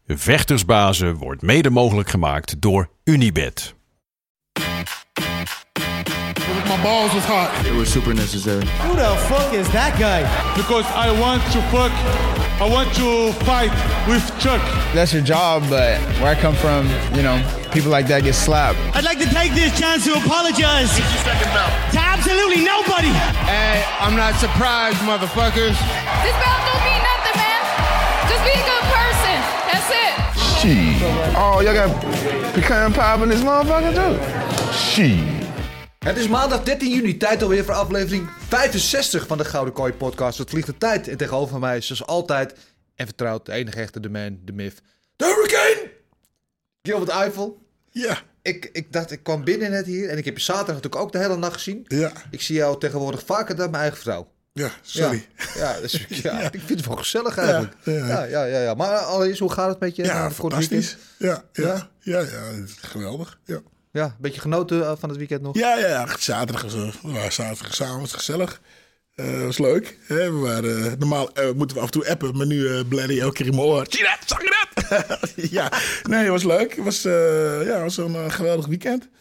Vechtersbazen wordt mede mogelijk gemaakt door Unibet. My balls was hot. It was super necessary. Who the fuck is that guy? Because I want to fight with Chuck. That's your job, but where I come from, people like that get slapped. I'd like to take this chance to apologize to absolutely nobody. Hey, I'm not surprised, motherfuckers. This belt don't mean nothing, man. Just be a good person. That's it. Shit. Oh, y'all got pecan pie in this motherfucker too? Shit. Het is maandag 13 juni, tijd alweer voor aflevering 65 van de Gouden Kooi podcast. Het vliegt de tijd en tegenover mij is zoals altijd en vertrouwd de enige echte, de man, de myth, de Hurricane! Gilbert Eiffel. Ja. Ik dacht, ik kwam binnen net hier en ik heb je zaterdag natuurlijk ook de hele nacht gezien. Ja. Ik zie jou tegenwoordig vaker dan mijn eigen vrouw. Ja, sorry. Ja, ik vind het wel gezellig eigenlijk. Ja. Maar allereerst, hoe gaat het met je? Ja, fantastisch. Ja, geweldig. Ja. Ja, een beetje genoten van het weekend nog? Ja, zaterdag samen, was gezellig. Was leuk. We waren, normaal moeten we af en toe appen, maar nu bladder elke keer in mijn oor. Zie je dat? Zag je dat? Ja, nee, het was leuk. Het was een geweldig weekend.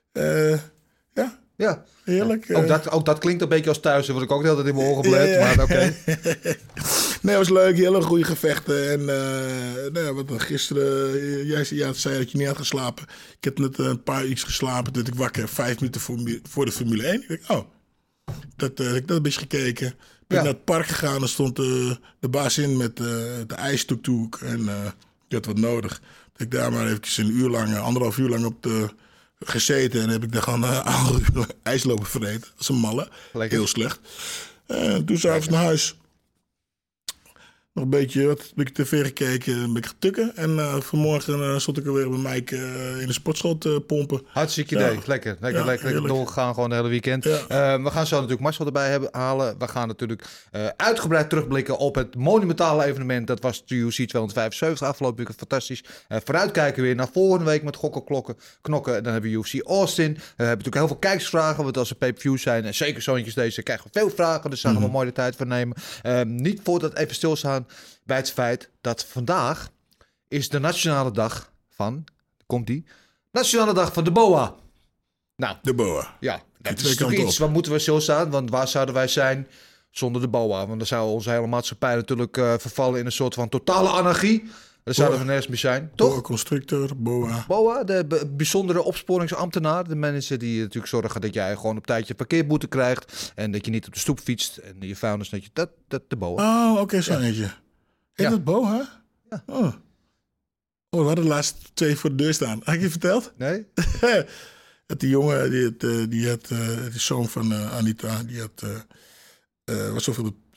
Ja. Heerlijk. Ook dat klinkt een beetje als thuis. Dan word ik ook de hele tijd in mijn oren gebleed. Maar oké. Nee, het was leuk. Hele goede gevechten. En wat gisteren... Jij zei dat je niet had geslapen. Ik heb net een paar uur geslapen. Toen ik wakker 5 minuten voor de Formule 1. Ik dacht, dat heb ik dat een beetje gekeken. Ik ben naar het park gegaan. Er stond de baas in met de ijstuktoek. En die had wat nodig. Dat ik daar maar eventjes anderhalf uur lang op de... gezeten en heb ik daar gewoon ijs lopen vreten. Dat is een malle. Lekker. Heel slecht. Toen s'avonds naar huis. Nog een beetje tv gekeken, een beetje getukken. En vanmorgen stond ik alweer bij Mike in de sportschool te pompen. Hartstikke idee. Lekker doorgaan gewoon de hele weekend. Ja. We gaan zo natuurlijk Marcel erbij halen. We gaan natuurlijk uitgebreid terugblikken op het monumentale evenement. Dat was de UFC 275 afgelopen weekend. Fantastisch. Vooruitkijken weer naar volgende week met gokken, knokken. Dan hebben we UFC Austin. We hebben natuurlijk heel veel kijkersvragen. Want als er pay-per-views zijn, en zeker zoontjes deze, krijgen we veel vragen. Dus daar gaan we mooi de tijd voor nemen. Niet voordat even stilstaan bij het feit dat vandaag is de nationale dag van... Nationale dag van de BOA. Nou, de BOA. Ja, dat is natuurlijk iets. Waar moeten we stilstaan? Want waar zouden wij zijn zonder de BOA? Want dan zou onze hele maatschappij natuurlijk vervallen in een soort van totale anarchie. Daar zouden we nergens meer zijn, toch? BOA-constructeur, BOA. BOA, de bijzondere opsporingsambtenaar. De mensen die natuurlijk zorgen dat jij gewoon op tijd je parkeerboete krijgt. En dat je niet op de stoep fietst. En je vuilnis dat je... Dat de BOA. Oh, oké, zo eentje. Heet dat BOA? Ja. Oh, we hadden de laatste 2 voor de deur staan. Had ik je verteld? Nee. Dat die jongen, die had de zoon van Anita, die had... was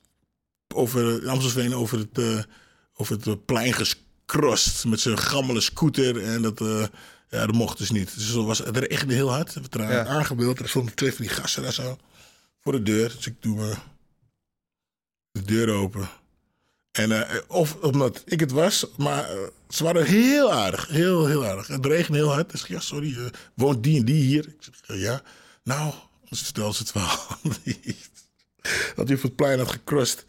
over Amstelveen over het plein gecrossed met zijn gammele scooter. En dat mocht dus niet. Dus het regende heel hard. We hebben het aangebeeld. Er stonden 2 van die gasten daar zo voor de deur. Dus ik doe de deur open. En of omdat ik het was, maar ze waren heel aardig. Heel aardig. Het regende heel hard. Dus ik zeg, sorry, woont die en die hier? Ik zeg, ja. Nou, dus vertel ze het wel. Dat hij op het plein had gecrossed.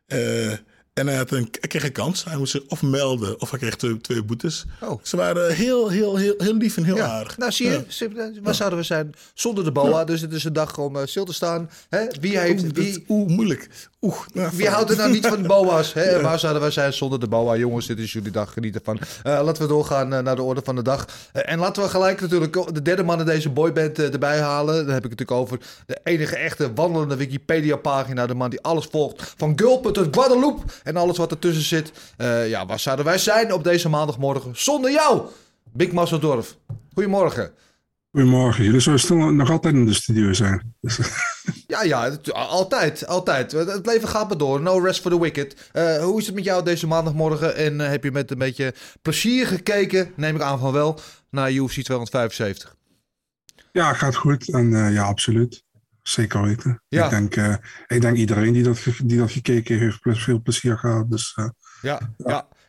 En hij kreeg een kans. Hij moest zich of melden of hij kreeg 2 boetes. Oh. Ze waren heel lief en heel aardig. Nou, zie je, waar zouden we zijn zonder de BOA? Ja. Dus het is een dag om stil te staan. Hè? Moeilijk. Wie houdt er nou niet van de BOA's? Hè? Ja. Waar zouden wij zijn zonder de BOA? Jongens, dit is jullie dag. Geniet ervan. Laten we doorgaan naar de orde van de dag. En laten we gelijk natuurlijk de derde man in deze boyband erbij halen. Dan heb ik het natuurlijk over de enige echte wandelende Wikipedia-pagina. De man die alles volgt. Van Gulpen tot Guadeloupe. En alles wat ertussen zit. Waar zouden wij zijn op deze maandagmorgen zonder jou? Big Marcel Dorf. Goedemorgen. Goedemorgen. Jullie zullen stil nog altijd in de studio zijn. Ja, altijd. Het leven gaat maar door. No rest for the wicked. Hoe is het met jou deze maandagmorgen? En heb je met een beetje plezier gekeken, neem ik aan van wel, naar UFC 275? Ja, gaat goed. En absoluut. Zeker weten. Ja. Ik denk iedereen die dat gekeken heeft veel plezier gehad. Dus, Ja.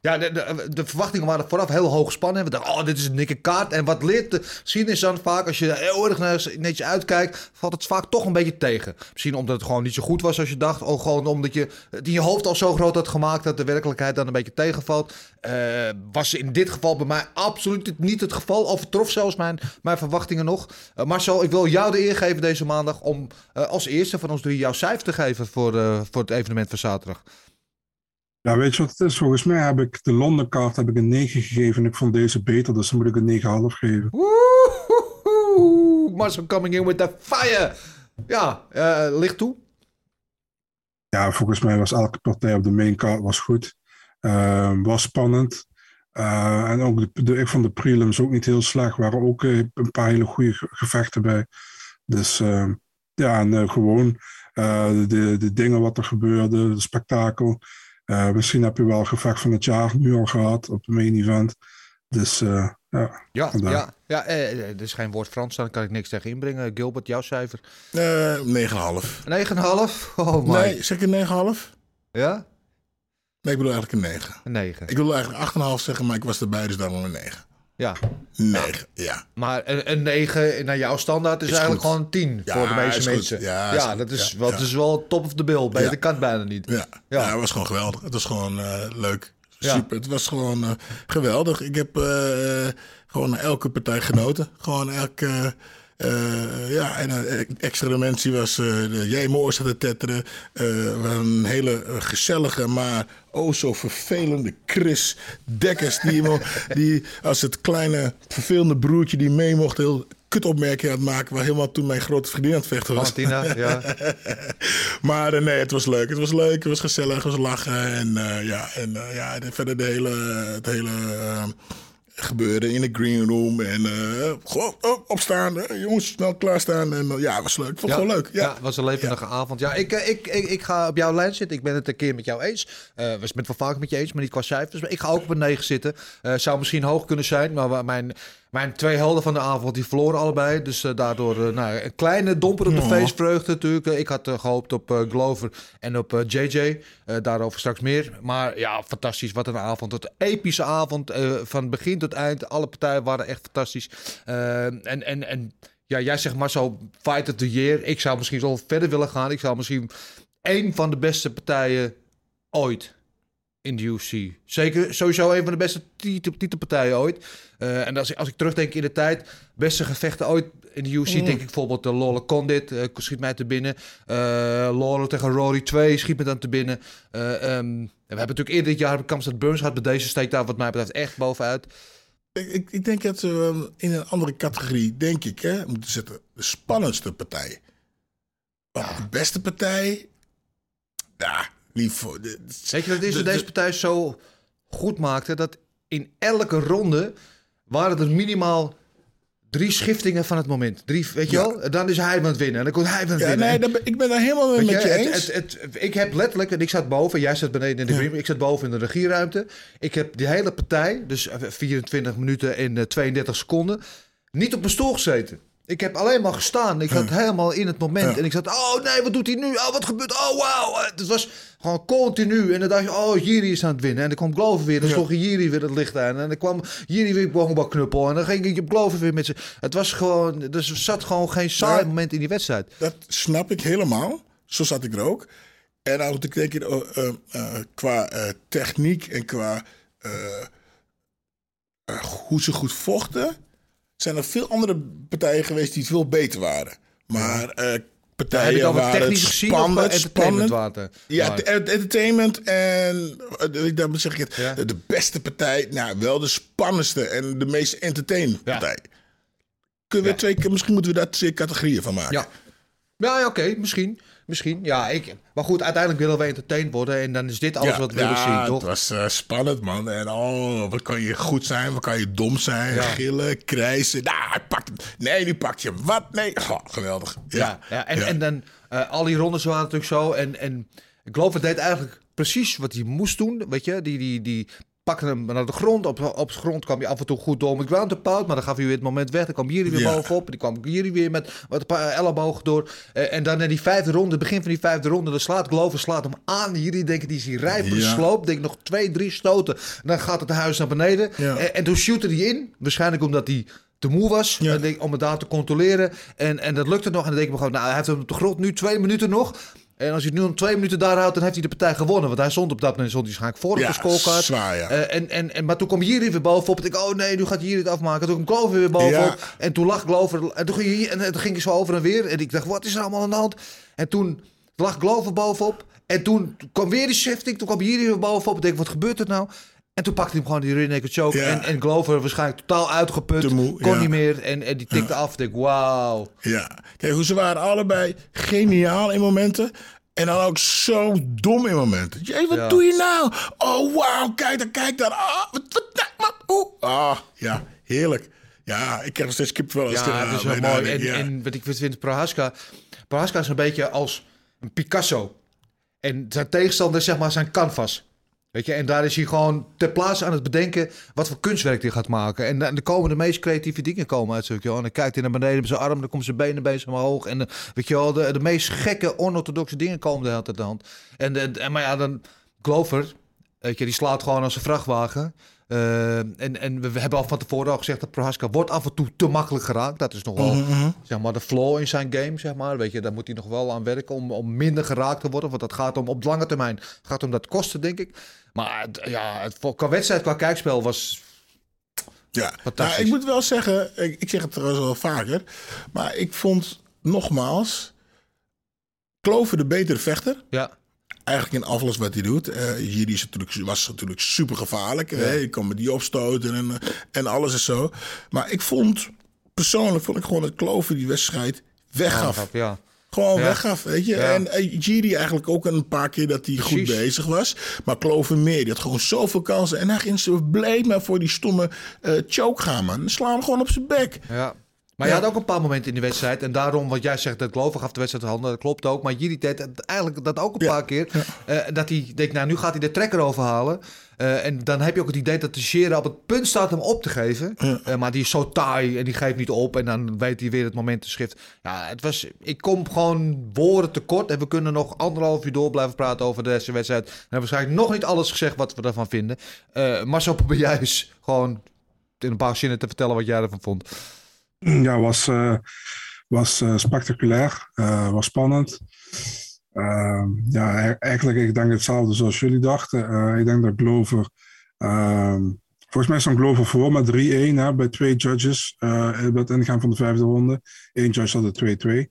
Ja, de verwachtingen waren vooraf heel hoog gespannen. We dachten, dit is een dikke kaart. En wat leert de zien is dan vaak, als je heel erg netjes uitkijkt, valt het vaak toch een beetje tegen. Misschien omdat het gewoon niet zo goed was als je dacht. Of gewoon omdat je het in je hoofd al zo groot had gemaakt dat de werkelijkheid dan een beetje tegenvalt. Was in dit geval bij mij absoluut niet het geval. Overtrof zelfs mijn verwachtingen nog. Marcel, ik wil jou de eer geven deze maandag om als eerste van ons 3 jouw cijfer te geven voor het evenement van zaterdag. Ja, weet je wat het is? Volgens mij heb ik de Londenkaart een 9 gegeven en ik vond deze beter, dus dan moet ik een 9,5 geven. Woehoehoe! Marcel coming in with the fire! Ja, licht toe. Ja, volgens mij was elke partij op de maincard was goed. Was spannend. En ook ik vond de prelims ook niet heel slecht. Er waren ook een paar hele goede gevechten bij. Dus gewoon de dingen wat er gebeurde, de spektakel. Misschien heb je wel gevecht van het jaar nu al gehad op het main event. Dus er is geen woord Frans, dan kan ik niks tegen inbrengen. Gilbert, jouw cijfer? 9,5. 9,5? Oh my. Nee, zeg ik 9,5? Ja? Nee, ik bedoel eigenlijk een 9. Een 9. Ik wilde eigenlijk 8,5 zeggen, maar ik was erbij, dus daarom een 9. Ja. 9, ja. Maar een 9 naar jouw standaard is eigenlijk goed. gewoon een 10 voor de meeste mensen. Ja, dat is wel top of the bill. Beter kan het bijna niet. Ja, het was gewoon geweldig. Het was gewoon leuk. Super. Het was gewoon geweldig. Ik heb gewoon naar elke partij genoten. Gewoon elke... en een extra dimensie was Jij Mooi zat te tetteren. Een hele gezellige, maar zo vervelende Chris Dekkers. Die als het kleine vervelende broertje die mee mocht heel kutopmerkingen aan het maken. Waar helemaal toen mijn grote vriendin aan het vechten was. Martina, ja. Maar nee, het was leuk. Het was leuk, het was gezellig, het was lachen. Verder het hele gebeurde in de green room. En gewoon opstaan, jongens, snel klaarstaan. En het was leuk. Ik vond het gewoon leuk. Ja, het was een levendige avond. Ja, ik ga op jouw lijn zitten. Ik ben het een keer met jou eens. We zijn het wel vaak met je eens, maar niet qua cijfers. Maar ik ga ook op een 9 zitten. Zou misschien hoog kunnen zijn, maar mijn 2 helden van de avond, die verloren allebei. Dus daardoor een kleine domper op de feestvreugde natuurlijk. Ik had gehoopt op Glover en op JJ. Daarover straks meer. Maar ja, fantastisch. Wat een avond. Een epische avond. Van begin tot eind. Alle partijen waren echt fantastisch. Jij zegt maar zo, fight of the year. Ik zou misschien wel verder willen gaan. Ik zou misschien 1 van de beste partijen ooit in de UFC. Zeker, sowieso een van de beste titelpartijen ooit. En als ik terugdenk in de tijd, beste gevechten ooit in de UFC, denk ik bijvoorbeeld de Lawler Condit, schiet mij te binnen. Lawler tegen Rory 2 schiet me dan te binnen. We hebben natuurlijk eerder dit jaar Kamstad Burns gehad, bij deze steekt daar wat mij betreft echt bovenuit. Ik denk dat we in een andere categorie, denk ik, moeten zetten. De spannendste partij. De beste partij, niet voor... Weet je dat deze partij zo goed maakte, dat in elke ronde waren er minimaal 3 schiftingen van het moment. 3, weet je wel? Dan is hij aan het winnen. En dan komt hij aan het winnen. Nee, ik ben daar helemaal met je eens. Ik heb letterlijk, en ik zat boven, jij zat beneden in de green, ik zat boven in de regieruimte. Ik heb die hele partij, dus 24 minuten en 32 seconden, niet op mijn stoel gezeten. Ik heb alleen maar gestaan. Ik zat helemaal in het moment. En ik zat, oh nee, wat doet hij nu? Oh, wat gebeurt? Oh, wauw. Het was gewoon continu. En dan dacht je, oh, Jiri is aan het winnen. En dan kwam Glover weer. Dan sloeg Jiri weer het licht aan. En dan kwam Jiri weer bogenbakknuppel. En dan ging ik op Glover weer met z'n... Het was gewoon... Er zat gewoon geen saai moment in die wedstrijd. Dat snap ik helemaal. Zo zat ik er ook. En dan moet ik denken, qua techniek en qua hoe ze goed vochten, zijn er veel andere partijen geweest die veel beter waren. Maar partijen waren spannend. Ja, entertainment en dan zeg ik het, de beste partij, wel de spannendste en de meest entertainend partij. Kunnen we 2 keer, misschien moeten we daar 2 categorieën van maken. Ja, oké, misschien. Ja, maar goed, uiteindelijk willen we entertained worden. En dan is dit alles wat we willen zien, toch? Het was spannend, man. En wat kan je goed zijn, wat kan je dom zijn, gillen, krijsen. Hij pakt hem. Nee, nu pakt je hem. Wat? Nee. Geweldig. En dan al die rondes waren natuurlijk zo. En Glover deed eigenlijk precies wat hij moest doen. Weet je, die pakte hem naar de grond. Op de grond kwam hij af en toe goed door met ground and pound. Maar dan gaf hij weer het moment weg. Dan kwam Jiri weer bovenop. En die kwam Jiri weer met een paar ellebogen door. En dan in die 5e ronde, begin van die 5e ronde, dan slaat Glover hem aan. Jiri denkt, die is hier rijp voor de sloop. Denk nog 2-3 stoten. En dan gaat het huis naar beneden. Ja. En toen shootte hij in. Waarschijnlijk omdat hij te moe was. Om het daar te controleren. En dat lukte nog. En dan denk ik me gewoon, hij heeft hem op de grond nu 2 minuten nog. En als hij het nu om 2 minuten daar houdt, dan heeft hij de partij gewonnen. Want hij stond op dat moment waarschijnlijk voor op de scorecard. Zwaar, maar toen kwam Jiri weer bovenop. En ik dacht, nee, nu gaat Jiri het afmaken. Toen kwam Glover weer bovenop. Ja. En toen lag Glover. En toen ging hij zo over en weer. En ik dacht, wat is er allemaal aan de hand? En toen lag Glover bovenop. En toen kwam weer die shifting. Toen kwam Jiri weer bovenop. Ik denk, wat gebeurt er nou? En toen pakte hij hem gewoon die rear naked choke. Ja. En Glover waarschijnlijk totaal uitgeput. Kon niet meer. En die tikte af. Ik denk, wauw. Ja. Kijk, hoe ze waren allebei geniaal in momenten. En dan ook zo dom in momenten. Jee, wat doe je nou? Oh, wauw. Kijk daar. Ja, heerlijk. Ja, ik krijg nog steeds kipvel. Ja, het is wel mooi. En wat ik vind, Prohaska is een beetje als een Picasso. En zijn tegenstander is zeg maar zijn canvas. Weet je, en daar is hij gewoon ter plaatse aan het bedenken wat voor kunstwerk hij gaat maken. En er komen de meest creatieve dingen komen uit. En dan kijkt hij naar beneden met zijn arm, dan komt zijn benen bezig omhoog. En weet je wel, de meest gekke, onorthodoxe dingen komen de hele tijd aan de hand. Maar ja, dan Glover, weet je, die slaat gewoon als een vrachtwagen. En we hebben al van tevoren al gezegd dat Prohaska wordt af en toe te makkelijk geraakt. Dat is nog wel zeg maar, de flaw in zijn game. Zeg maar. Weet je, daar moet hij nog wel aan werken om minder geraakt te worden. Want dat gaat op lange termijn gaat om dat kosten, denk ik. Maar ja, qua wedstrijd, qua kijkspel was fantastisch. Nou, ik moet wel zeggen, ik zeg het trouwens wel vaker. Maar ik vond nogmaals Glover de betere vechter. Ja. Eigenlijk in alles wat hij doet. Jiri was natuurlijk super gevaarlijk. Ja. Ik kon met die opstoten en alles en zo. Maar persoonlijk vond ik gewoon dat Glover die wedstrijd weggaf. Ja. Gewoon weggaf, weet je. Ja. En Jiri eigenlijk ook een paar keer dat hij goed bezig was. Maar Glover meer. Die had gewoon zoveel kansen. En hij ging zo bleef maar voor die stomme choke gaan, man. Slaan hem gewoon op zijn bek. Ja. Maar je had ook een paar momenten in de wedstrijd. En daarom, wat jij zegt, dat Glover gaf de wedstrijd de handen. Dat klopt ook. Maar Jiri deed eigenlijk dat ook een paar keer. Dat hij denkt, nou, nu gaat hij de trekker overhalen. En dan heb je ook het idee dat de Teixeira op het punt staat hem op te geven. Maar die is zo taai en die geeft niet op. En dan weet hij weer het moment te schrift. Ja, ik kom gewoon woorden tekort. En we kunnen nog 1,5 uur door blijven praten over deze wedstrijd. En hebben waarschijnlijk nog niet alles gezegd wat we ervan vinden. Maar zo probeer jij eens gewoon in een paar zinnen te vertellen wat jij ervan vond. Ja, was spectaculair. Was spannend. Eigenlijk, ik denk hetzelfde zoals jullie dachten. Ik denk dat Glover... volgens mij stond Glover voor met 3-1 bij 2 judges. Bij het ingaan van de 5e ronde. 1 judge had het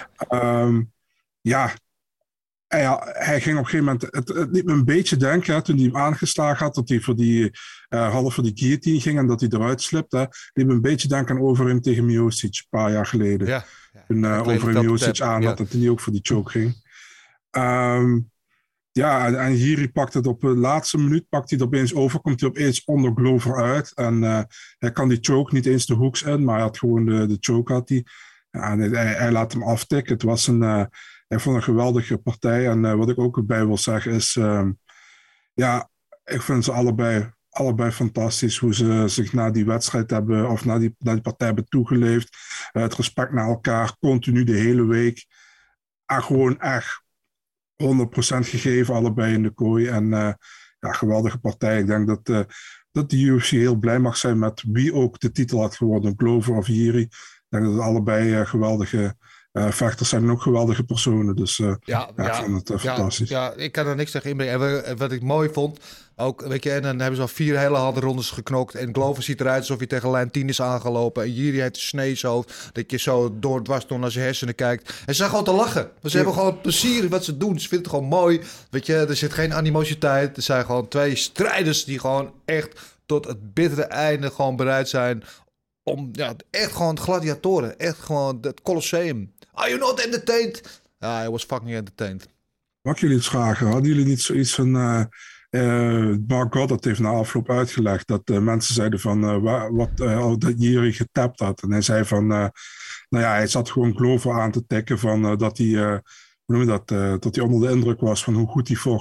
2-2. Hij ging op een gegeven moment... Het liet me een beetje denken, toen hij hem aangeslagen had, dat hij voor die half voor die guillotine ging en dat hij eruit slipte. Liet me een beetje denken aan Overeem tegen Miocic een paar jaar geleden. Ja. Toen Overeem Miocic aan had en toen hij ook voor die choke ging. En Jiri pakt het op de laatste minuut, pakt hij het opeens over, komt hij opeens onder Glover uit. En hij kan die choke niet eens de hooks in, maar hij had gewoon de choke had hij. En hij laat hem aftikken. Het was ik vond een geweldige partij. En wat ik ook erbij wil zeggen is... ik vind ze allebei fantastisch. Hoe ze zich na die wedstrijd hebben... of na die partij hebben toegeleefd. Het respect naar elkaar. Continu de hele week. En gewoon echt 100% gegeven. Allebei in de kooi. En geweldige partij. Ik denk dat de UFC heel blij mag zijn... met wie ook de titel had gewonnen. Glover of Jiri. Ik denk dat het allebei geweldige... vechters zijn ook geweldige personen, dus ik vond het fantastisch. Ja, ik kan er niks tegen inbrengen. En wat ik mooi vond, ook, weet je, en dan hebben ze al 4 hele harde rondes geknokt. En Glover ziet eruit alsof hij tegen lijn 10 is aangelopen. En Jiri heeft een sneeshoofd, dat je zo dwars door naar zijn hersenen kijkt. En ze zijn gewoon te lachen. Ze hebben gewoon plezier in wat ze doen. Ze vinden het gewoon mooi. Weet je, er zit geen animositeit. Er zijn gewoon 2 strijders die gewoon echt tot het bittere einde gewoon bereid zijn om, echt gewoon gladiatoren. Echt gewoon het Colosseum. Are you not entertained? I was fucking entertained. Mag ik jullie iets vragen? Hadden jullie niet zoiets van... Mark Goddard heeft na afloop uitgelegd dat mensen zeiden van... dat Jiri getapt had. En hij zei van... hij zat gewoon Glover aan te tikken van dat hij... dat hij onder de indruk was van hoe goed hij vocht.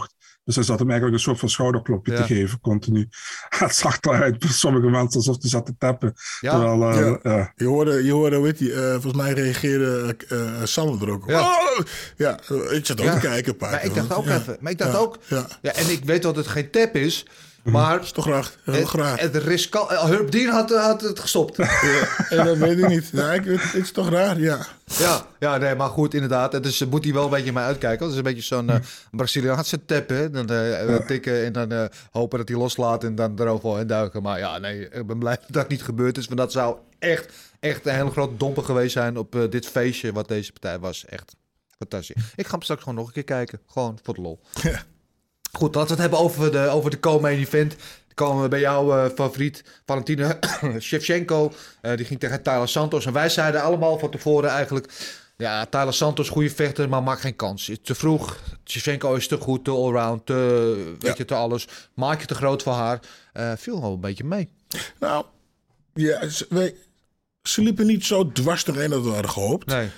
Dus hij zat hem eigenlijk een soort van schouderklopje te geven, continu. Het zag eruit bij sommige mensen alsof hij zat te tappen. Ja. Terwijl, Je hoorde, weet je, volgens mij reageerde Sander er ook op. Ja. Ja, ik zat ook te kijken. Maar ik dacht ook even. Maar ik dacht ook... Ja, en ik weet dat het geen tap is... Maar dat is toch graag. Heel graag. Het riskant. Herb Dean had het gestopt. En dat weet ik niet. Ja, het is toch raar, ja. Ja, nee, maar goed, inderdaad. Dus moet hij wel een beetje mee uitkijken. Dat is een beetje zo'n Braziliaanse tap, hè. Dan tikken en dan hopen dat hij loslaat en dan erover en duiken. Maar ja, nee, ik ben blij dat dat niet gebeurd is. Want dat zou echt een hele grote domper geweest zijn op dit feestje wat deze partij was. Echt fantastisch. Ik ga hem straks gewoon nog een keer kijken. Gewoon voor de lol. Ja. Goed, laten we het hebben over de co-main event. Dan komen we bij jouw favoriet, Valentina Shevchenko. Die ging tegen Taila Santos. En wij zeiden allemaal van tevoren eigenlijk... Ja, Taila Santos, goede vechter, maar maakt geen kans. Te vroeg. Shevchenko is te goed, te allround, te alles. Maak je te groot voor haar. Viel wel een beetje mee. Nou, ja, ze liepen niet zo dwars doorheen dat we hadden gehoopt. Nee.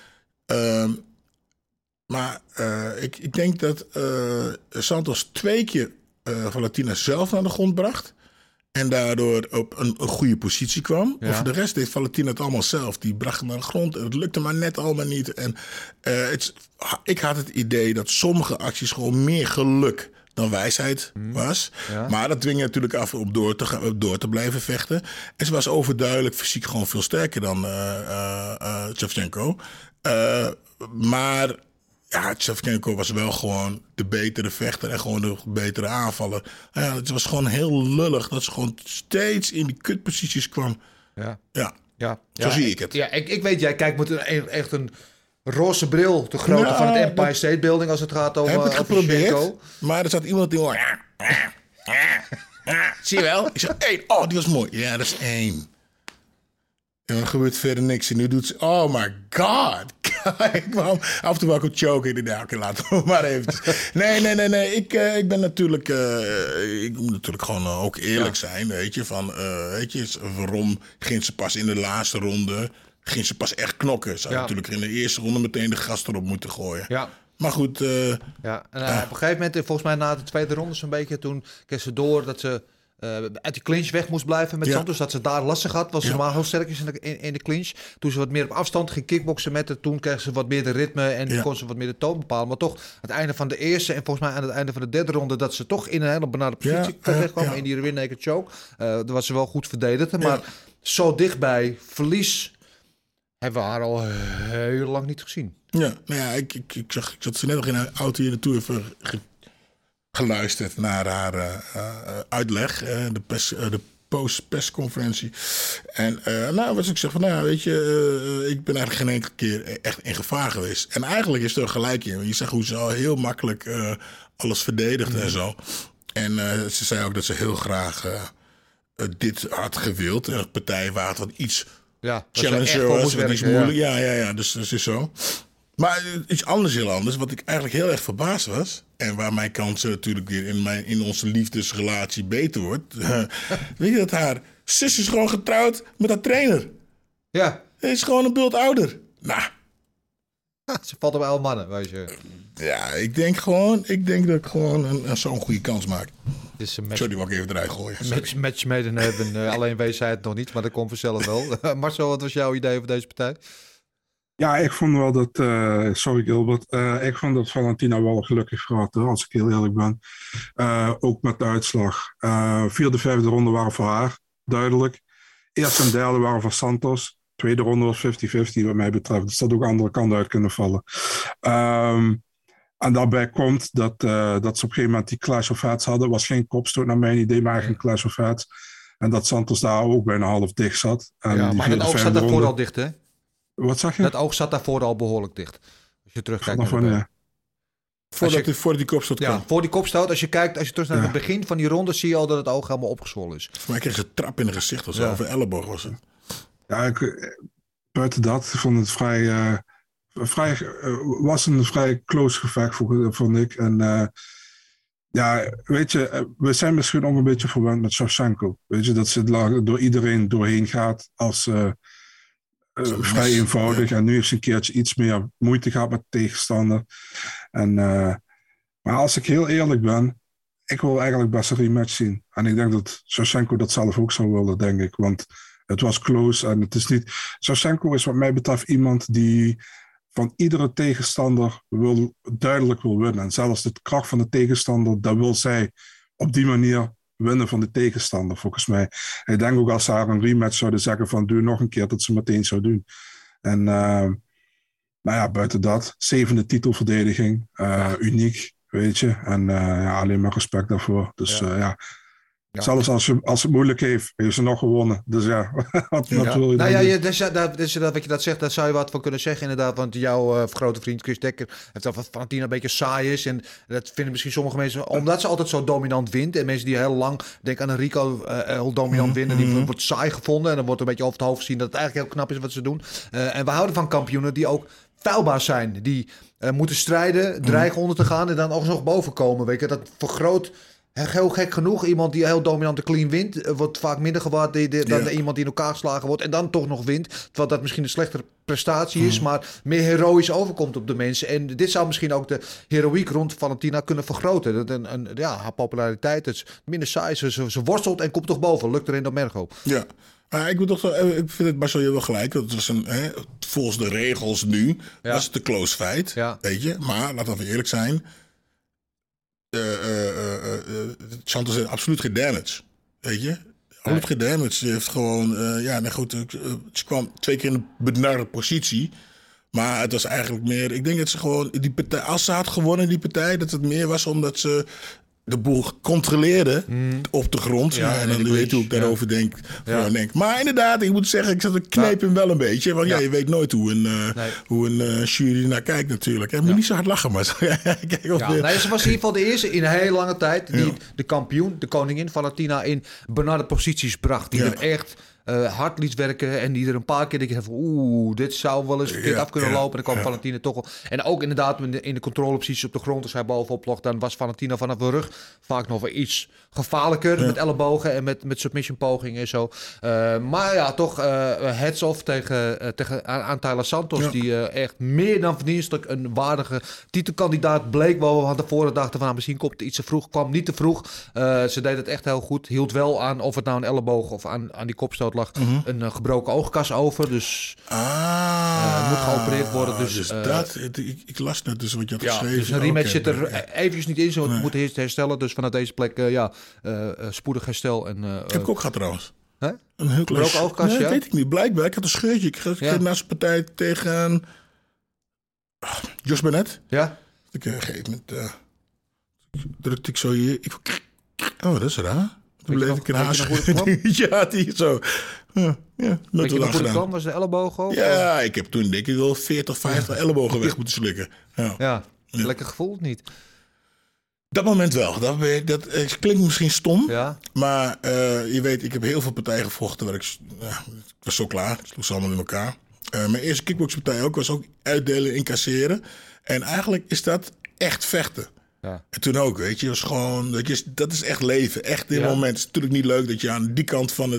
Maar ik denk dat Santos 2 keer Valentina zelf naar de grond bracht. En daardoor op een goede positie kwam. Ja. Voor de rest deed Valentina het allemaal zelf. Die bracht hem naar de grond. Het lukte maar net allemaal niet. En ik had het idee dat sommige acties gewoon meer geluk dan wijsheid was. Ja. Maar dat dwing je natuurlijk af om door te blijven vechten. En ze was overduidelijk fysiek gewoon veel sterker dan Shevchenko. Maar... Ja, Shevchenko was wel gewoon de betere vechter en gewoon de betere aanvaller. Ja, het was gewoon heel lullig dat ze gewoon steeds in die kutposities kwam. Ja. Zo zie ik het. Ja, ik weet, jij kijkt met echt een roze bril te grootte van het Empire State Building als het gaat over heb ik geprobeerd, Shevchenko. Maar er zat iemand die... Zie je wel? Ik zeg 1. Oh, die was mooi. Ja, dat is 1. En dan gebeurt verder niks. En nu doet ze... Oh my god. Af en toe wel ook choken. Oké, laten we maar eventjes. Nee. Ik ben natuurlijk... ik moet natuurlijk gewoon ook eerlijk zijn. Weet je, waarom ging ze pas in de laatste ronde... Ging ze pas echt knokken. Ze had natuurlijk in de eerste ronde meteen de gast erop moeten gooien. Ja. Maar goed... en op een gegeven moment, volgens mij na de tweede ronde zo'n beetje... Toen kreeg ze door dat ze... uit die clinch weg moest blijven met Santos. Dat ze daar lastig had. Was ze maar heel sterk in de clinch. Toen ze wat meer op afstand ging kickboksen met haar. Toen kreeg ze wat meer de ritme. En kon ze wat meer de toon bepalen. Maar toch, aan het einde van de eerste... En volgens mij aan het einde van de derde ronde... Dat ze toch in een hele benarde positie terecht kwam. In die rear naked choke. Daar was ze wel goed verdedigd. Maar zo dichtbij verlies... Hebben we haar al heel lang niet gezien. Ja, nou ja, ik zat ze net nog in een auto hier naartoe even geluisterd naar haar uitleg, de post-persconferentie. En was ik zeg van, nou weet je, ik ben eigenlijk geen enkele keer echt in gevaar geweest. En eigenlijk is er gelijk in. Je zegt hoe ze al heel makkelijk alles verdedigt en zo. En ze zei ook dat ze heel graag dit had gewild. En de partij waar het wat iets challenger was, wat iets moeilijk. Ja, dus dat is zo. Maar iets anders, heel anders, wat ik eigenlijk heel erg verbaasd was... en waar mijn kans natuurlijk weer in onze liefdesrelatie beter wordt... weet je dat haar zus is gewoon getrouwd met haar trainer? Ja. Hij is gewoon een bult ouder. Nou. Ze valt op alle mannen, weet je. Ja, ik denk dat ik gewoon zo'n goede kans maak. Sorry, wou ik even eruit gooien. Match made in heaven. Alleen wees zij het nog niet, maar dat komt vanzelf wel. Marcel, wat was jouw idee over deze partij? Ja, ik vond wel dat... sorry Gilbert. Ik vond dat Valentina wel gelukkig gehad, als ik heel eerlijk ben. Ook met de uitslag. 4e, 5e ronde waren voor haar, duidelijk. Eerste en derde waren voor Santos. Tweede ronde was 50-50 wat mij betreft. Dus dat ook andere kant uit kunnen vallen. En daarbij komt dat ze op een gegeven moment die Clash of Heads hadden. Was geen kopstoot naar mijn idee, maar eigenlijk een Clash of Heads. En dat Santos daar ook bijna half dicht zat. En ja, maar dat oog zat daarvoor al dicht, hè? Wat zeg je? Dat oog zat daarvoor al behoorlijk dicht. Als je terugkijkt Voordat die kopstoot kwam. Ja, voor die kopstoot. Als je terug naar het begin van die ronde... zie je al dat het oog helemaal opgezwollen is. Voor mij kreeg ze een trap in het gezicht of zo. Of een elleboog was het. Ja, buiten dat vond het was een vrij close gevecht, vond ik. En weet je, we zijn misschien ook een beetje verwend met Shevchenko. Weet je, dat ze door iedereen doorheen gaat als vrij eenvoudig. Ja. En nu heeft ze een keertje iets meer moeite gehad met tegenstander. Maar als ik heel eerlijk ben, ik wil eigenlijk best een rematch zien. En ik denk dat Shevchenko dat zelf ook zou willen, denk ik. Want het was close en het is niet... Shevchenko is wat mij betreft iemand die van iedere tegenstander duidelijk wil winnen. En zelfs de kracht van de tegenstander, dat wil zij op die manier winnen van de tegenstander, volgens mij. Ik denk ook als ze haar een rematch zouden zeggen van doe nog een keer, dat ze meteen zou doen. En buiten dat, 7e titelverdediging, uniek, weet je. En alleen maar respect daarvoor. Dus ja. Zelfs als het moeilijk heeft ze nog gewonnen. Dus ja, wat wil je wat je dat zegt, daar zou je wat van kunnen zeggen inderdaad. Want jouw grote vriend Chris Dekker heeft dat Valentina een beetje saai is. En dat vinden misschien sommige mensen, omdat ze altijd zo dominant wint. En mensen die heel lang, denk aan een Rico, heel dominant winnen. Die wordt saai gevonden en dan wordt een beetje over het hoofd gezien dat het eigenlijk heel knap is wat ze doen. En we houden van kampioenen die ook feilbaar zijn. Die moeten strijden, dreigen onder te gaan en dan ook nog boven komen. Weet je, dat vergroot... Heel gek genoeg, iemand die heel dominante clean wint, wordt vaak minder gewaardeerd dan iemand die in elkaar geslagen wordt en dan toch nog wint. Terwijl dat misschien een slechtere prestatie is, maar meer heroïs overkomt op de mensen. En dit zou misschien ook de heroïek rond Valentina kunnen vergroten. Haar populariteit, het is minder saai, ze worstelt en komt toch boven. Lukt er in de Mergo. Ja. Ik vind het Marcel je wel gelijk. Dat was volgens de regels nu was het een close fight. Ja. Weet je? Maar laten we eerlijk zijn. Santos heeft absoluut geen damage. Weet je? Absoluut geen damage. Ze heeft gewoon... ze kwam 2 keer in een benarde positie. Maar het was eigenlijk meer... Ik denk dat ze gewoon... Die partij, als ze had gewonnen, die partij... dat het meer was omdat ze... de boel controleerde op de grond. En dan weet je hoe ik daarover denk. Maar inderdaad, ik moet zeggen, ik zat te knijpen wel een beetje. Want je weet nooit hoe een jury naar kijkt natuurlijk. Je moet niet zo hard lachen, maar... Ze was in ieder geval de eerste in een hele lange tijd... die de kampioen, de koningin Valentina... in benarde posities bracht. Die er echt... hard liet werken en die er een paar keer denk van dit zou wel eens verkeerd af kunnen lopen. En dan kwam Valentina toch wel. En ook inderdaad in de controleposities op de grond, als hij bovenop lag, dan was Valentina vanaf de rug vaak nog wel iets gevaarlijker met ellebogen en met submission pogingen en zo. Maar ja, toch heads off aan Taila Santos, die echt meer dan verdienstelijk een waardige titelkandidaat bleek. Waar we van tevoren dachten van misschien komt het iets te vroeg, kwam niet te vroeg. Ze deed het echt heel goed. Hield wel aan of het nou een elleboog of aan die kopstoot lag een gebroken oogkas over. Dus moet geopereerd worden. Dus ik las net dus wat je had geschreven. Dus een rematch zit er eventjes niet in. Zo moet eerst herstellen. Dus vanuit deze plek spoedig herstel. En, heb ik ook gehad trouwens. Een heel gebroken oogkas, dat weet ik niet. Blijkbaar. Ik had een scheurtje. Ik kreeg naast de partij tegen Josh Bennett. Ja. Op een gegeven moment drukte ik zo hier. Dat is raar. Toen bleef ik een haas. Ja, die zo. Ja, weet je nog hoe het kwam? Was de elleboog ook? Ja, ik heb toen denk ik wel 40, 50 ellebogen weg moeten slikken. Ja. Lekker gevoel of niet? Dat moment wel. Dat klinkt misschien stom. Ja. Maar je weet, ik heb heel veel partijen gevochten. Waar ik was zo klaar. Ik sloeg ze allemaal in elkaar. Mijn eerste kickboxpartij was ook uitdelen, incasseren. En eigenlijk is dat echt vechten. Ja. En toen ook, weet je, was gewoon, dat is echt leven. Echt dit moment. Het is natuurlijk niet leuk dat je aan die kant van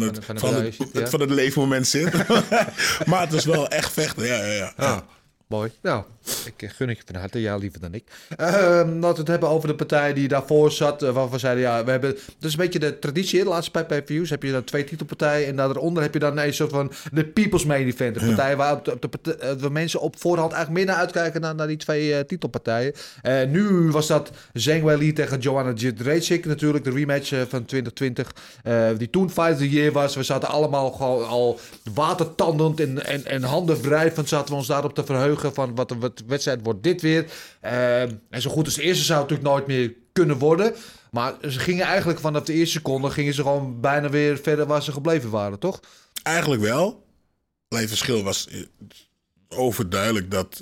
het leefmoment zit. Maar het is wel echt vechten, ja. Mooi. Nou, ik gun het je van harte. Ja, liever dan ik. Laten we het hebben over de partij die daarvoor zat. Waarvan we zeiden, we hebben... Dat is een beetje de traditie. De laatste pay-per-views heb je dan 2 titelpartijen. En daaronder heb je dan een soort van de People's Main Event. De partij waar de mensen op voorhand eigenlijk meer naar uitkijken naar die 2 titelpartijen. Nu was dat Zhang Weili tegen Joanna Jędrzejczyk natuurlijk. De rematch van 2020. Die toen Fight of the Year was. We zaten allemaal gewoon al watertandend en handen wrijvend zaten we ons daarop te verheugen. Van wat de wedstrijd wordt dit weer. En zo goed als de eerste zou het natuurlijk nooit meer kunnen worden. Maar ze gingen eigenlijk vanaf de eerste seconde gingen ze gewoon bijna weer verder waar ze gebleven waren, toch? Eigenlijk wel. Alleen het verschil was overduidelijk dat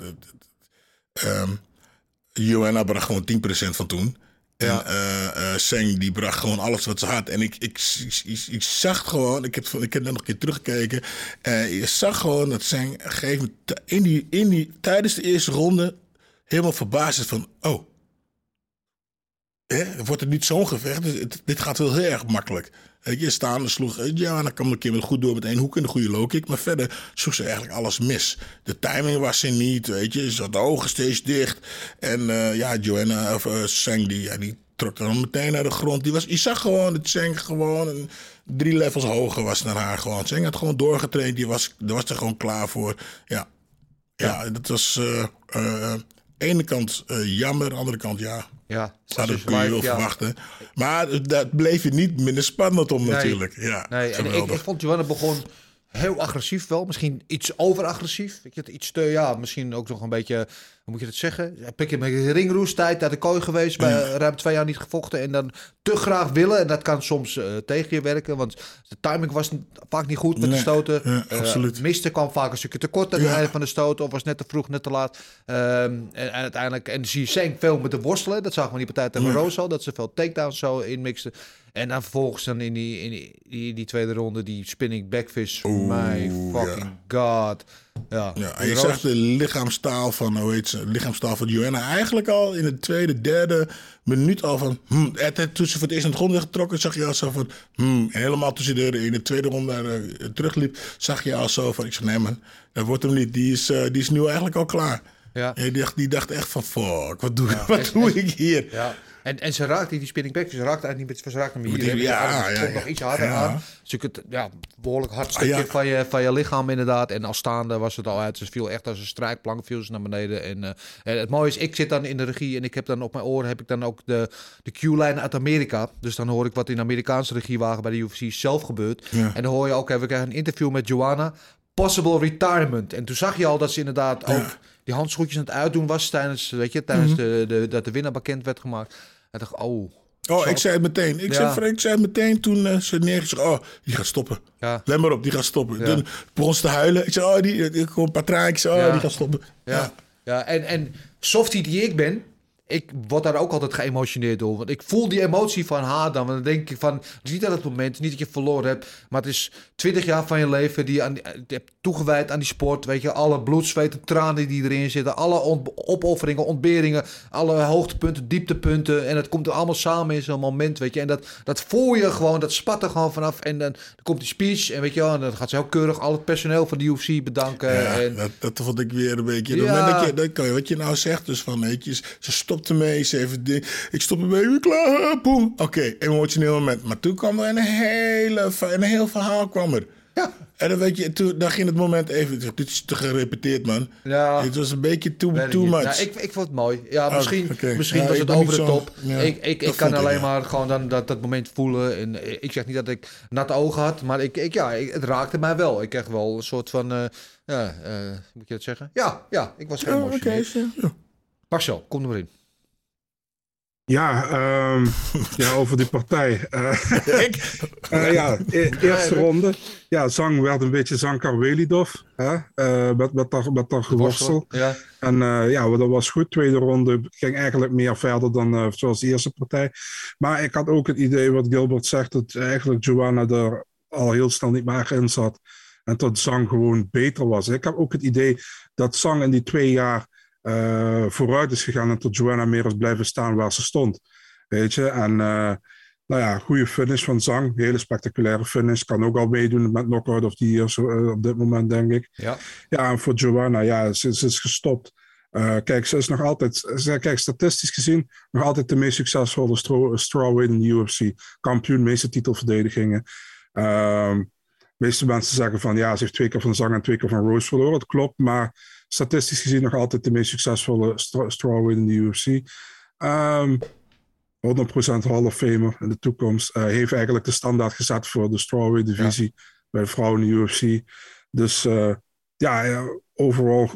Joanna bracht gewoon 10% van toen. En Zhang die bracht gewoon alles wat ze had. En ik zag gewoon, ik heb net nog een keer teruggekeken. Je zag gewoon dat Zhang gegeven tijdens de eerste ronde helemaal verbaasd is van, wordt het niet zo'n gevecht? Dit gaat wel heel erg makkelijk. Je staande sloeg, en dan kwam een keer goed door met 1 hoek en een goede low kick. Maar verder sloeg ze eigenlijk alles mis. De timing was er niet, weet je. Ze had de ogen steeds dicht. En Joanna of Zhang, die trok dan meteen naar de grond. Je zag gewoon dat Cheng gewoon 3 levels hoger was naar haar. Gewoon. Cheng had gewoon doorgetraind. Die was er gewoon klaar voor. Ja, dat was ene kant jammer, andere kant Ja, dat kun je wel verwachten. Maar dat bleef je niet minder spannend om natuurlijk. Ja, nee, en ik vond Joanna begon heel agressief wel. Misschien iets overagressief. Weet je, iets te, misschien ook nog een beetje, hoe moet je dat zeggen? Een beetje ringroestijd uit de kooi geweest. Bij ruim 2 jaar niet gevochten. En dan te graag willen. En dat kan soms tegen je werken. Want de timing was vaak niet goed met de stoten. Ja, absoluut. Miste kwam vaak een stukje tekort aan het einde van de stoten. Of was net te vroeg, net te laat. En uiteindelijk, en zie je Zeng veel met de worstelen. Dat zagen we in die partij tegen Rose al. Dat ze veel takedowns zo inmixten. En dan vervolgens dan in die tweede ronde die spinning backfish. My fucking god. Ja, en je zag de lichaamstaal van, lichaamstaal van Joanna eigenlijk al in de tweede, derde minuut al van... toen ze voor het eerst aan de grond werd getrokken, zag je al zo van... En helemaal toen ze in de tweede ronde terugliep, zag je al zo van... Ik zeg, nee man, dat wordt hem niet. Die is nu eigenlijk al klaar. Ja. Die dacht echt van, fuck, wat doe ik hier? Ja. En ze raakte die spinning back, ze raakte eigenlijk niet, ze raakte hem hier. Komt nog iets harder aan. Dus je kunt behoorlijk hard stukje van je lichaam inderdaad. En als staande was het al uit. Ze viel echt als een strijkplank, viel ze naar beneden. En het mooie is, ik zit dan in de regie en ik heb dan op mijn oren heb ik dan ook de Q-lijn uit Amerika. Dus dan hoor ik wat in de Amerikaanse regiewagen bij de UFC zelf gebeurt. Ja. En dan hoor je ook, we krijgen een interview met Joanna. Possible retirement. En toen zag je al dat ze inderdaad ook die handschoentjes aan het uitdoen was tijdens dat de winnaar bekend werd gemaakt. En dacht ik zei het meteen. Ik zei het meteen toen ze neergezegd. Die gaat stoppen. Ja. Let maar op, die gaat stoppen. Ja. Toen begon ze te huilen. Ik zei, ik hoor een paar traantjes. Die gaat stoppen. Ja. En softie die ik ben, ik word daar ook altijd geëmotioneerd door. Want ik voel die emotie van haar dan. Want dan denk ik van, het is niet aan het moment, niet dat je verloren hebt. Maar het is 20 jaar van je leven die je hebt toegewijd aan die sport. Weet je, alle bloed, zweet en tranen die erin zitten. Alle opofferingen, ontberingen. Alle hoogtepunten, dieptepunten. En het komt er allemaal samen in zo'n moment, weet je. En dat voel je gewoon, dat spat er gewoon vanaf. En dan komt die speech. En weet je wel, en dan gaat ze heel keurig al het personeel van de UFC bedanken. Ja, en dat vond ik weer een beetje. Dat kan je, wat je nou zegt, dus van, weet je, ze stopte mee. Ze even ik stop ermee, klaar, boem. Oké, emotioneel moment. Maar toen kwam er een heel verhaal kwam er. Ja. En dan weet je, dan ging het moment even. Dit is te gerepeteerd, man. Ja. Het was een beetje too much. Ja, ik vond het mooi. Ja, misschien was het over de top. Ja, ik kan alleen maar gewoon dan dat moment voelen. En ik zeg niet dat ik natte ogen had, maar het raakte mij wel. Ik kreeg wel een soort van, moet je dat zeggen? Ja, ik was geëmotioneerd. Marcel, kom er maar in. Over die partij. Eerste ronde. Ja, Zhang werd een beetje Zankarwelidov. Met dat geworstel. Ja. En dat was goed. Tweede ronde ging eigenlijk meer verder dan zoals de eerste partij. Maar ik had ook het idee wat Gilbert zegt, dat eigenlijk Joanna er al heel snel niet meer in zat. En dat Zhang gewoon beter was. Ik heb ook het idee dat Zhang in die 2 jaar vooruit is gegaan en tot Joanna meer is blijven staan waar ze stond. Weet je, en goede finish van Zhang, hele spectaculaire finish, kan ook al meedoen met Knockout of the Year op dit moment, denk ik. Ja, en voor Joanna, ze is gestopt. Kijk, ze is nog altijd, statistisch gezien, nog altijd de meest succesvolle strawweight in de UFC. Kampioen, meeste titelverdedigingen. Meeste mensen zeggen van, ze heeft 2 keer van Zhang en 2 keer van Rose verloren. Dat klopt, maar statistisch gezien nog altijd de meest succesvolle strawweight in de UFC. 100% Hall of Famer in de toekomst. Heeft eigenlijk de standaard gezet voor de strawweight divisie bij de vrouwen in de UFC. Dus overal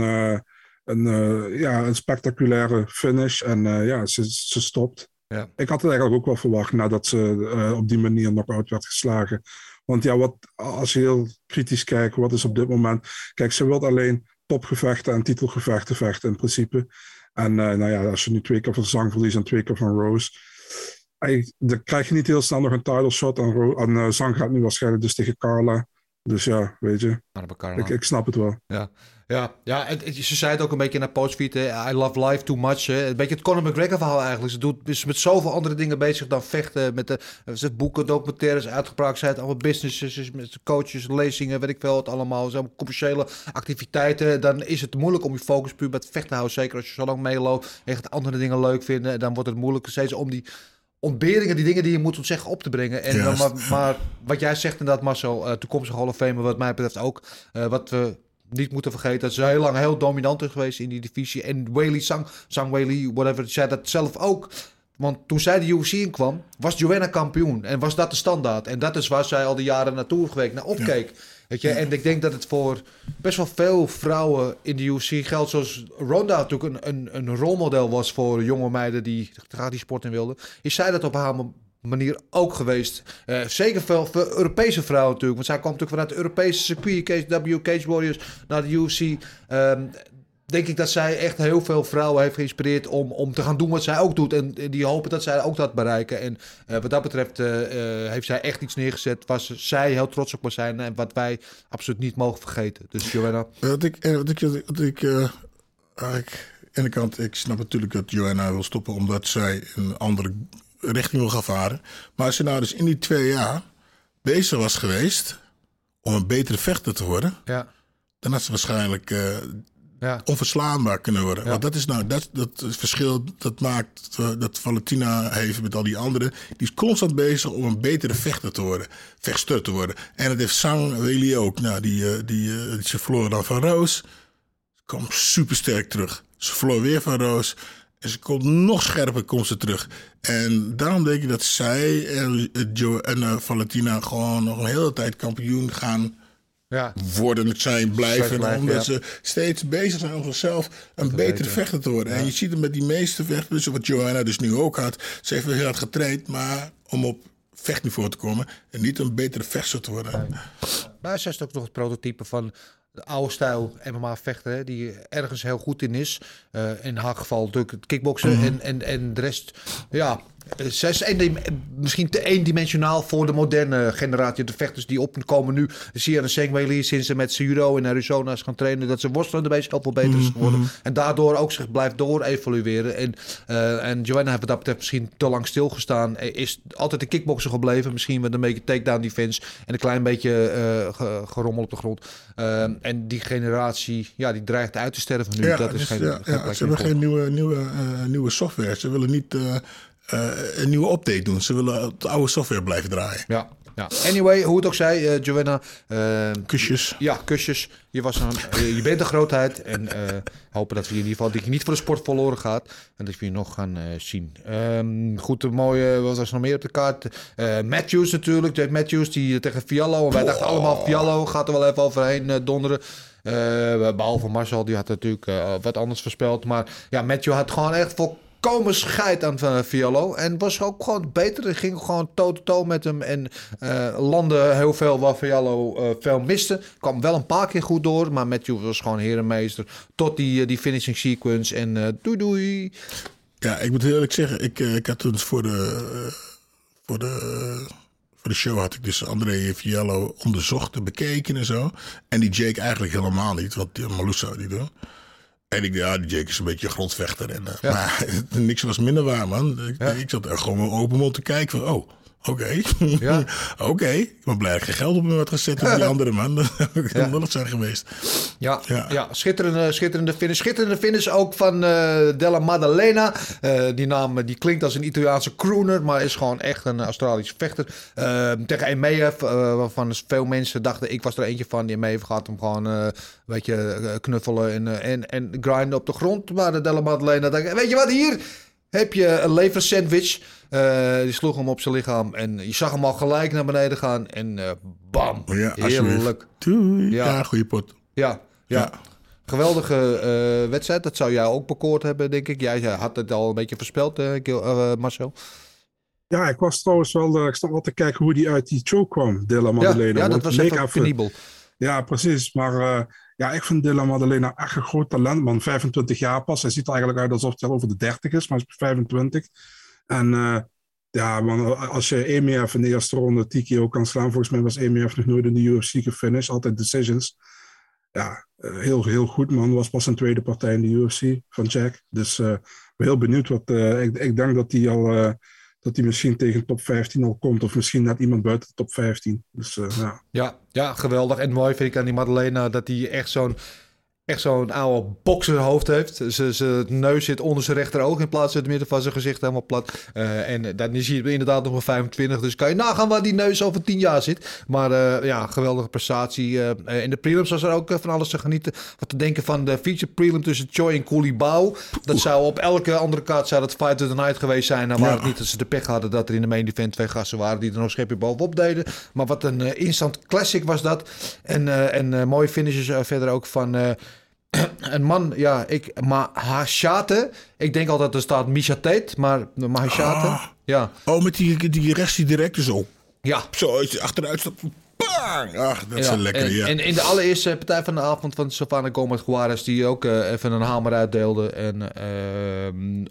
een spectaculaire finish. En ze stopt. Ja. Ik had het eigenlijk ook wel verwacht nadat ze op die manier knock-out werd geslagen. Want als je heel kritisch kijkt, wat is op dit moment... Kijk, ze wil alleen topgevechten en titelgevechten vechten in principe. En als je nu 2 keer van Zhang verliest en 2 keer van Rose... dan krijg je niet heel snel nog een title shot. En Zhang gaat nu waarschijnlijk dus tegen Carla. Dus ja, weet je. Ik snap het wel. Ja, ze zei het ook een beetje naar Postfeed. I love life too much. Een beetje het Conor McGregor verhaal eigenlijk. Is met zoveel andere dingen bezig dan vechten. Met boeken, documentaires, uitgepraat. Zij het allemaal businesses, met coaches, lezingen, weet ik veel. Het allemaal. Zo commerciële activiteiten. Dan is het moeilijk om je focus puur bij het vechten te houden. Zeker als je zo lang meeloopt. Echt andere dingen leuk vinden. Dan wordt het moeilijk steeds om die ontberingen, die dingen die je moet ontzeggen, op te brengen. En, maar wat jij zegt inderdaad, Marcel, toekomstige Hall of Famer wat mij betreft ook. Wat we niet moeten vergeten, dat ze heel lang heel dominant is geweest in die divisie. En Weili, Zhang Weili, whatever, zei dat zelf ook. Want toen zij de UFC inkwam, was Joanna kampioen. En was dat de standaard. En dat is waar zij al die jaren naartoe geweest, naar opkeek. Ja. Weet je? En ik denk dat het voor best wel veel vrouwen in de UFC geldt. Zoals Ronda natuurlijk een rolmodel was voor jonge meiden die graag die sport in wilden. Is zij dat op haar manier ook geweest. Zeker veel voor Europese vrouwen natuurlijk. Want zij kwam natuurlijk vanuit de Europese circuit, Cage Warriors, naar de UFC. Denk ik dat zij echt heel veel vrouwen heeft geïnspireerd om te gaan doen wat zij ook doet. En die hopen dat zij ook dat bereiken. En wat dat betreft heeft zij echt iets neergezet waar zij heel trots op mag zijn. En wat wij absoluut niet mogen vergeten. Dus Joanna. Wat ik eigenlijk aan de kant, ik snap natuurlijk dat Joanna wil stoppen omdat zij een andere richting wil gaan varen. Maar als ze nou dus in die 2 jaar bezig was geweest om een betere vechter te worden, dan had ze waarschijnlijk onverslaanbaar kunnen worden. Want dat is nou dat verschil dat maakt dat Valentina heeft met al die anderen. Die is constant bezig om een betere vechter te worden, vechtster te worden. En dat heeft Zhang Weili ook. Nou, ze verloor dan van Roos. Ze kwam super sterk terug. Ze verloor weer van Roos. En ze komt nog scherper, komt ze terug. En daarom denk ik dat zij en Valentina gewoon nog een hele tijd kampioen gaan worden, blijven. Omdat ze steeds bezig zijn om zichzelf een betere vechter te worden. En je ziet het met die meeste vechters, wat Joanna dus nu ook had. Ze heeft wel heel hard getraind, maar om op vechtniveau te komen en niet een betere vechter te worden. Maar zij is ook nog het prototype van de oude stijl MMA-vechter, die ergens heel goed in is. In haar geval natuurlijk het kickboksen en de rest, zij is misschien te eendimensionaal voor de moderne generatie. De vechters die opkomen nu. Zie je aan Zhang Weili sinds ze met judo in Arizona is gaan trainen, dat ze worstelende bezig heel veel beter is geworden. En daardoor ook zich blijft door evolueren. En Joanna heeft wat dat betreft misschien te lang stilgestaan. Is altijd een kickbokser gebleven. Misschien met een beetje takedown defense en een klein beetje gerommel op de grond. En die generatie, die dreigt uit te sterven nu. Dat is geen ze hebben geen nieuwe software. Ze willen niet een nieuwe update doen. Ze willen op de oude software blijven draaien. Ja. Anyway, hoe het ook zij, Joanna. Kusjes. Ja, kusjes. Je bent een grootheid. En hopen dat we in ieder geval dat je niet voor de sport verloren gaat. En dat we je nog gaan zien. Goed, een mooie, wat was nog meer op de kaart? Matthews natuurlijk. Dave Matthews die tegen Fiallo. En wij dachten allemaal Fiallo gaat er wel even overheen donderen. Behalve Marcel, die had natuurlijk wat anders voorspeld. Maar Matthew had gewoon echt volkomen scheid aan Fiallo. En was ook gewoon beter. Hij ging gewoon toe-to-toe met hem. En landde heel veel waar Fiallo veel miste. Kwam wel een paar keer goed door. Maar Matthew was gewoon herenmeester. Tot die finishing sequence. En doei. Ja, ik moet heel eerlijk zeggen. Ik had toen voor de show had ik dus André Fiallo onderzocht en bekeken en zo. En die Jake eigenlijk helemaal niet. Want Malou zou die doen. En ik dacht, die Jake is een beetje een grondvechter. Maar niks was minder waar, man. Ik zat er gewoon open mond te kijken van, oké. Oké. Ik ben blij dat ik geen geld op me had gezet op die andere man. Dat zou ik dan nog zijn geweest. Ja. Schitterende finish. Schitterende finish ook van Della Maddalena. Die naam die klinkt als een Italiaanse crooner, maar is gewoon echt een Australische vechter. Tegen Emeev, waarvan veel mensen dachten, ik was er eentje van. Die Emeev gaat hem gewoon een beetje knuffelen en grinden op de grond. Maar de Della Maddalena dacht, weet je wat, hier heb je een leversandwich. Die sloeg hem op zijn lichaam. En je zag hem al gelijk naar beneden gaan. En bam. Ja, heerlijk. Doei. Ja, goede pot. Ja. Geweldige wedstrijd. Dat zou jij ook bekoord hebben, denk ik. Jij had het al een beetje voorspeld, Marcel. Ja, ik was trouwens wel... ik stond wel te kijken hoe die uit die choke kwam, Della Maddalena. Ja, dat was even penibel. Ja, precies. Maar ik vind Della Maddalena echt een groot talent, man. 25 jaar pas. Hij ziet er eigenlijk uit alsof hij al over de 30 is, maar hij is 25. En Ja, want als je Emeev in de eerste ronde TKO kan slaan, volgens mij was Emeev nog nooit in de UFC gefinished, altijd decisions. Ja, heel goed man. Was pas een tweede partij in de UFC van Jack. Dus ben heel benieuwd wat. Ik denk dat hij al dat hij misschien tegen top 15 al komt, of misschien net iemand buiten de top 15. Dus ja. Ja, geweldig. En mooi vind ik aan die Maddalena dat hij echt zo'n oude bokserhoofd heeft. Zijn neus zit onder zijn rechteroog in plaats van het midden van zijn gezicht helemaal plat. En dan is hij inderdaad nog maar 25. Dus kan je nagaan waar die neus over 10 jaar zit. Maar geweldige prestatie. In de prelims was er ook van alles te genieten. Wat te denken van de feature prelim tussen Choi en Coulibaly. Dat zou op elke andere kaart zou dat Fight of the Night geweest zijn. Nou, waar het niet dat ze de pech hadden dat er in de main event 2 gasten waren die er nog een schepje bovenop deden. Maar wat een instant classic was dat. En mooie finishes verder ook van... een man, Maheshate. Ik denk altijd er staat Misha Tate, maar Maheshate. Ja. Oh, met die rechts die direct zo. Ja. Zo achteruit staat. Bang! Ach, dat is lekker, ja. En in de allereerste partij van de avond van Savannah Gomez Juarez, die ook even een hamer uitdeelde. En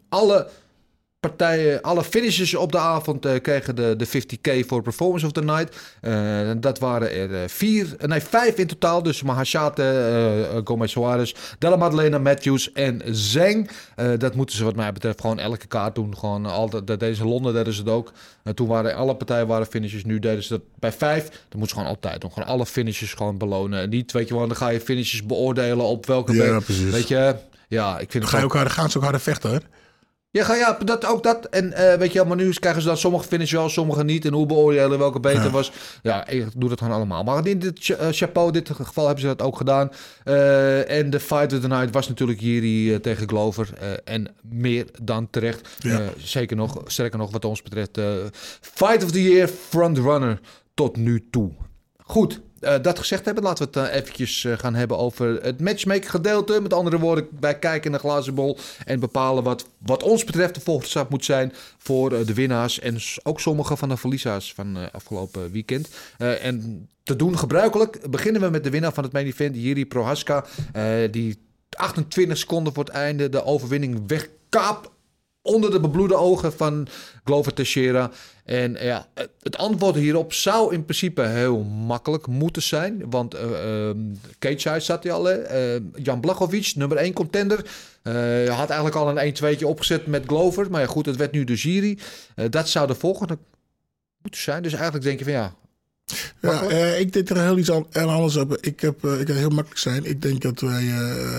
alle finishes op de avond kregen de 50k voor Performance of the Night. Dat waren er 5 in totaal. Dus Maheshate, Gomez Juarez, Della Maddalena, Matthews en Zhang. Dat moeten ze wat mij betreft gewoon elke kaart doen. Gewoon altijd, dat deden ze in Londen, deden ze het ook. Toen waren alle partijen finishes. Nu deden ze dat bij 5. Dat moeten ze gewoon altijd doen. Gewoon alle finishes gewoon belonen. En niet, weet je wel, dan ga je finishes beoordelen op welke... Ja, precies. Weet je, ja, ik vind het... Gaan ze ook harder vechten, hoor. Ja, dat. En weet je, maar nu krijgen ze dan sommige finishes wel, sommige niet. En hoe beoordelen welke beter was. Ja, ik doe dat gewoon allemaal. Maar in dit chapeau, in dit geval hebben ze dat ook gedaan. En de Fight of the Night was natuurlijk Jiri tegen Glover. En meer dan terecht. Ja. Sterker nog, wat ons betreft. Fight of the Year frontrunner tot nu toe. Goed. Dat gezegd hebben, laten we het eventjes gaan hebben over het matchmaking gedeelte. Met andere woorden, wij kijken in de glazen bol en bepalen wat ons betreft de volgende stap moet zijn voor de winnaars en ook sommige van de verliezers van afgelopen weekend. En te doen gebruikelijk beginnen we met de winnaar van het main event, Jiri Prochazka, die 28 seconden voor het einde de overwinning wegkaapt onder de bebloede ogen van Glover Teixeira. En ja, het antwoord hierop zou in principe heel makkelijk moeten zijn. Want cage zat hij al. Jan Blachowicz, nummer 1 contender. Had eigenlijk al een 1-2'tje opgezet met Glover. Maar ja, goed, het werd nu de Jiri. Dat zou de volgende moeten zijn. Dus eigenlijk denk je van ja... ik denk er heel iets anders op. Ik heb heel makkelijk zijn. Ik denk dat wij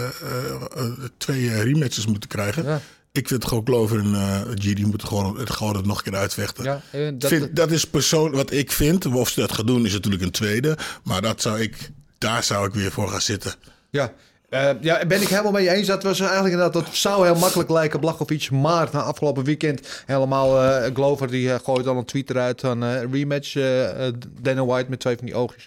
2 rematches moeten krijgen. Ja. Ik vind gewoon Glover en Jiri moeten gewoon het nog een keer uitvechten. Ja, dat is persoonlijk wat ik vind. Of ze dat gaan doen is natuurlijk een tweede. Maar daar zou ik weer voor gaan zitten. Ja. Ben ik helemaal mee eens. Dat was eigenlijk inderdaad, dat zou heel makkelijk lijken, Blachowicz. Maar na afgelopen weekend helemaal Glover die gooit al een tweet eruit van rematch Dana White met 2 van die oogjes.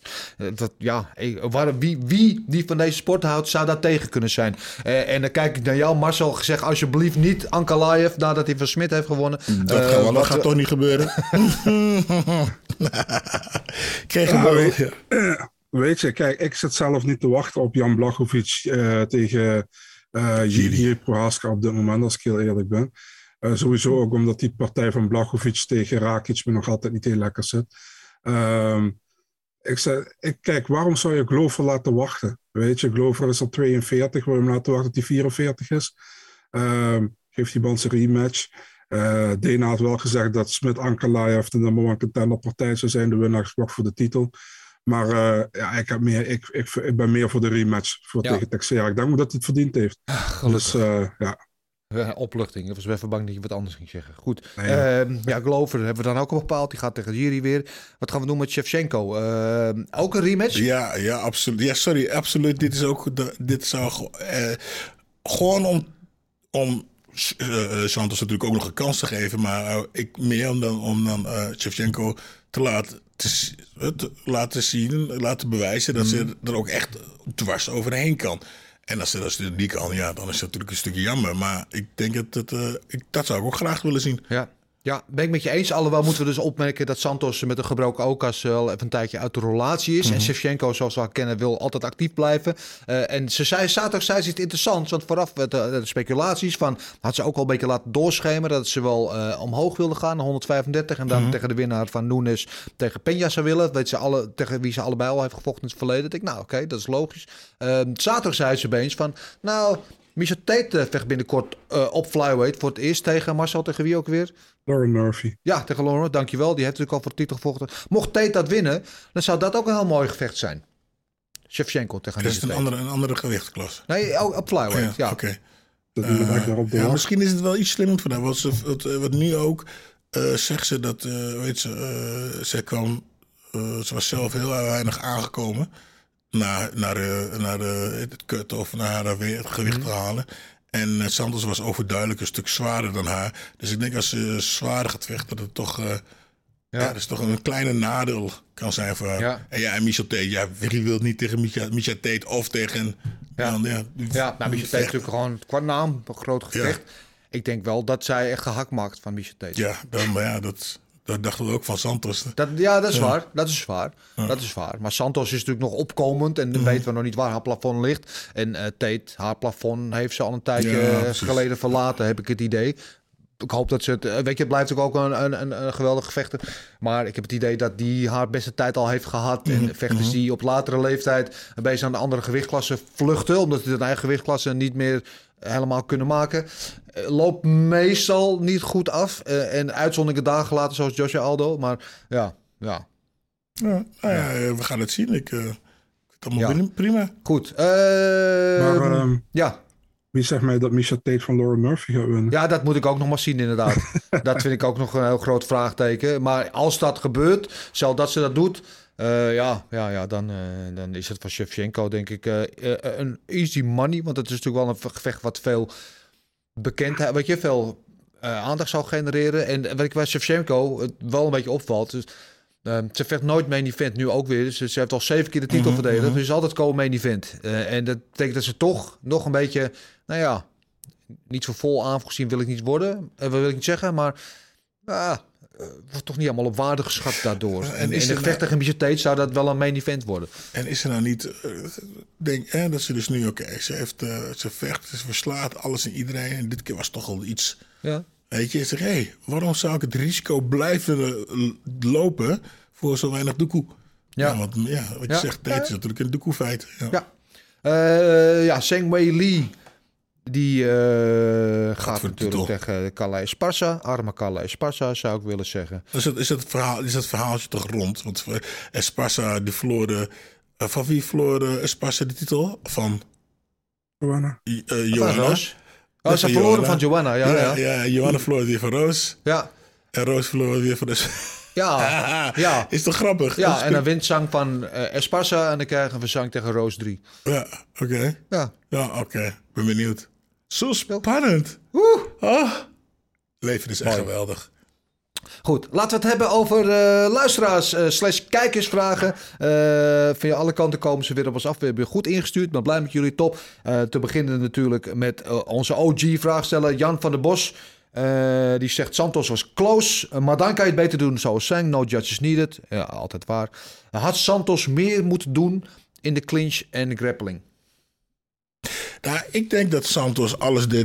Wie die van deze sport houdt, zou daar tegen kunnen zijn. En dan kijk ik naar jou, Marcel, gezegd alsjeblieft niet Ankalaev nadat hij van Smit heeft gewonnen. Dat gaat toch niet gebeuren. Kreeg hem Weet je, kijk, ik zit zelf niet te wachten op Jan Blachowicz tegen Jiri Prochazka op dit moment, als ik heel eerlijk ben. Sowieso ook omdat die partij van Blachowicz tegen Rakic me nog altijd niet heel lekker zit. Kijk, waarom zou je Glover laten wachten? Weet je, Glover is al 42, waarom laten wachten dat hij 44 is? Geeft die band zijn rematch. Dana had wel gezegd dat Smit Ankalaev de nummer 1 contender partij zou zijn, de winnaar voor de titel. Maar ik ben meer voor de rematch tegen Teixeira. Ik denk dat hij het verdiend heeft. Dus opluchting. Ik was even bang dat je wat anders ging zeggen. Goed. Glover hebben we dan ook al bepaald. Die gaat tegen Jiri weer. Wat gaan we doen met Shevchenko? Ook een rematch? Ja, absoluut. Ja, sorry, absoluut. Dit zou gewoon om Santos natuurlijk ook nog een kans te geven. Maar meer om dan Shevchenko te laten zien, laten bewijzen dat ze er ook echt dwars overheen kan. En als ze niet kan, dan is dat natuurlijk een stukje jammer. Maar ik denk dat zou ik ook graag willen zien. Ja. Ja, ben ik met je eens. Alhoewel moeten we dus opmerken dat Santos met een gebroken okas wel even een tijdje uit de roulatie is. En Shevchenko, zoals we al kennen, wil altijd actief blijven. En zaterdag zei ze iets interessants. Want vooraf de speculaties van... had ze ook al een beetje laten doorschemeren... dat ze wel omhoog wilde gaan, 135. En dan tegen de winnaar van Nunes tegen Peña zou willen. Weet ze tegen wie ze allebei al heeft gevochten in het verleden. Ik denk, oké, dat is logisch. Zaterdag zei ze opeens van... Miesha Tate vecht binnenkort op flyweight voor het eerst tegen Marcel. Tegen wie ook weer? Lauren Murphy. Ja, tegen Lauren, dankjewel. Die heeft natuurlijk al voor de titel gevochten. Mocht Tate dat winnen, dan zou dat ook een heel mooi gevecht zijn. Shevchenko tegen Miesha Tate. Is het een andere gewichtklasse? Nee, op flyweight, ja. Oké. Misschien is het wel iets slimmer voor haar. Wat nu ook zegt ze dat... ze was zelf heel weinig aangekomen... naar het cut of naar het gewicht te halen. En Santos was overduidelijk een stuk zwaarder dan haar. Dus ik denk als ze zwaarder gaat vechten... dat het toch, dat is toch een kleine nadeel kan zijn voor haar. Ja. En Miesha Tate, wie wil niet tegen Miesha Tate of tegen... Miesha Tate is natuurlijk gewoon qua naam een groot gevecht. Ja. Ik denk wel dat zij echt gehakt maakt van Miesha Tate. Ja, dat dachten we ook van Santos. Dat is waar. Dat is waar. Ja. Dat is waar. Maar Santos is natuurlijk nog opkomend. En dan weten we nog niet waar haar plafond ligt. En Tate, haar plafond heeft ze al een tijdje geleden verlaten, heb ik het idee. Ik hoop dat ze het... Weet je, het blijft ook een geweldige vechter. Maar ik heb het idee dat die haar beste tijd al heeft gehad. En vechters die op latere leeftijd een beetje aan de andere gewichtklasse vluchten. Omdat ze hun eigen gewichtklasse niet meer helemaal kunnen maken. Loopt meestal niet goed af. En uitzonderingen dagen later, zoals Joshua Aldo. Maar ja. We gaan het zien. Ik vind het allemaal prima. Goed. Wie zegt mij dat Miesha Tate van Lauren Murphy gaat winnen? Ja, dat moet ik ook nog maar zien inderdaad. Dat vind ik ook nog een heel groot vraagteken. Maar als dat gebeurt, stel dat ze dat doet... dan is het van Shevchenko denk ik een easy money. Want het is natuurlijk wel een gevecht wat veel bekendheid... Weet je, veel aandacht zal genereren. En wat ik bij Shevchenko het wel een beetje opvalt... Dus, ze vecht nooit main event, nu ook weer. Dus ze heeft al 7 keer de titel verdedigd. Dus ze is altijd komen main event. En dat betekent dat ze toch nog een beetje... niet zo vol aangezien wil ik niet worden. Wil ik niet zeggen, maar... wordt toch niet allemaal op waarde geschat daardoor. En in de gevecht tegen Miesha Tate zou dat wel een main event worden. En is er nou niet... dat ze dus nu... ze vecht, ze verslaat alles en iedereen. En dit keer was toch al iets... Ja. Weet je, zeg, waarom zou ik het risico blijven lopen voor zo weinig doekoe? Wat je zegt, Tate is natuurlijk een doekoe-feit. Zhang Wei Li, die gaat natuurlijk tegen Kale Esparza. Arme Kale Esparza, zou ik willen zeggen. Is dat verhaaltje toch rond? Want Esparza, die verloor van wie verloor Esparza de titel? Van Johanna. Ze verloren van Joanna, ja. Joanna verloor weer van Roos. Ja. En Roos verloor weer van de... Ja. Is toch grappig? Ja, en dan wint Zhang van Esparza en dan krijgen we Zhang tegen Roos 3. Ja, oké. Ja, oké. Ben benieuwd. Zo spannend. Leven is echt geweldig. Goed, laten we het hebben over luisteraars / kijkersvragen. Via alle kanten komen ze weer op ons af. We hebben goed ingestuurd, maar blij met jullie, top. Te beginnen natuurlijk met onze OG-vraagsteller Jan van der Bos. Die zegt Santos was close, maar dan kan je het beter doen zoals Zhang. No judges needed. Ja, altijd waar. Had Santos meer moeten doen in de clinch en grappling? Nou, ik denk dat Santos alles deed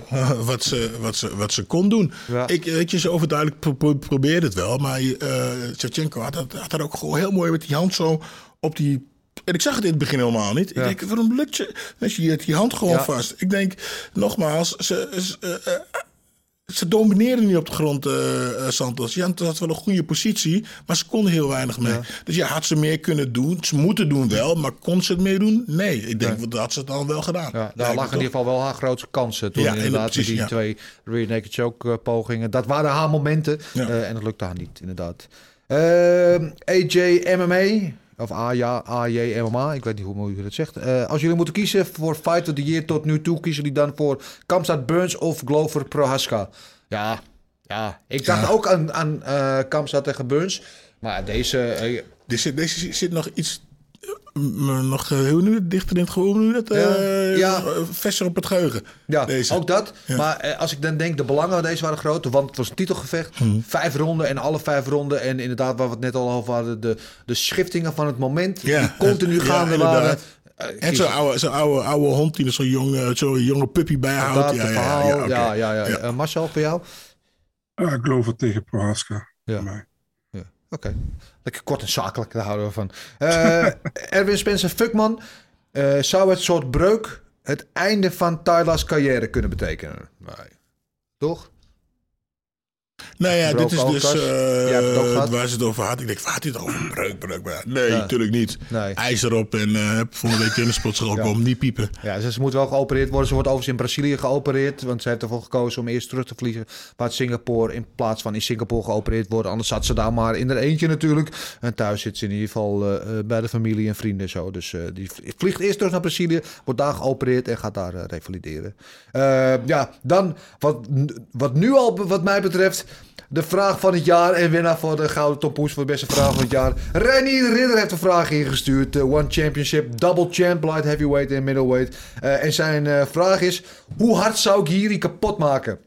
wat ze kon doen. Ja. Ze overduidelijk probeerde het wel. Maar Shevchenko had er ook gewoon heel mooi met die hand zo op die... En ik zag het in het begin helemaal niet. Ik denk, waarom lukt je? Je hebt die hand gewoon vast. Ik denk, nogmaals, ze domineerden niet op de grond, Santos. Santos had wel een goede positie, maar ze konden heel weinig mee. Ja. Dus had ze meer kunnen doen. Ze moeten doen wel, maar kon ze het meer doen? Nee, ik denk dat ze het dan wel gedaan. Ja, daar lagen in ieder geval wel haar grootste kansen. Toen inderdaad die 2 rear naked choke pogingen. Dat waren haar momenten. Ja. En dat lukte haar niet, inderdaad. AJ MMA... Of AJ MMA, ik weet niet hoe je dat zegt. Als jullie moeten kiezen voor Fight of the Year tot nu toe... kiezen jullie dan voor Khamzat Burns of Glover Prohaska? Ja. Ik dacht ook aan Khamzat tegen Burns. Maar deze... Deze zit nog iets nog hoe nu dichter in het geheugen. Verser op het geheugen. Ja, deze. ook dat. Ja. Maar als ik dan denk, de belangen van deze waren groot. Want het was een titelgevecht. 5 ronden en alle 5 ronden. En inderdaad, waar we het net al over hadden. De schiftingen van het moment. Die continu gaande waren. En zo'n oude hond die er zo'n jonge puppy bijhoudt. Ja. Marcel, voor jou? Ik geloof het tegen Prohaska. Ja. Oké. Lekker kort en zakelijk, daar houden we van. Erwin Spencer, Fuckman. Zou het soort breuk het einde van Tyler's carrière kunnen betekenen? Nee. Toch? Nou ja, dit is dus waar ze het over had. Ik denk, waar had hij het over? Breuk. Nee, natuurlijk niet. Nee. IJs erop en volgende week in de sportschool komen, niet piepen. Ja, ze moet wel geopereerd worden. Ze wordt overigens in Brazilië geopereerd. Want ze heeft ervoor gekozen om eerst terug te vliegen naar Singapore. In plaats van in Singapore geopereerd worden. Anders zat ze daar maar in haar eentje natuurlijk. En thuis zit ze in ieder geval bij de familie en vrienden en zo. Dus die vliegt eerst terug naar Brazilië. Wordt daar geopereerd en gaat daar revalideren. Dan wat nu al wat mij betreft... De vraag van het jaar en winnaar voor de Gouden Tompoes voor de beste vraag van het jaar. Reinier Ridder heeft een vraag ingestuurd. One Championship, double champ, light heavyweight en middleweight. En zijn vraag is, hoe hard zou ik Jiri kapot maken?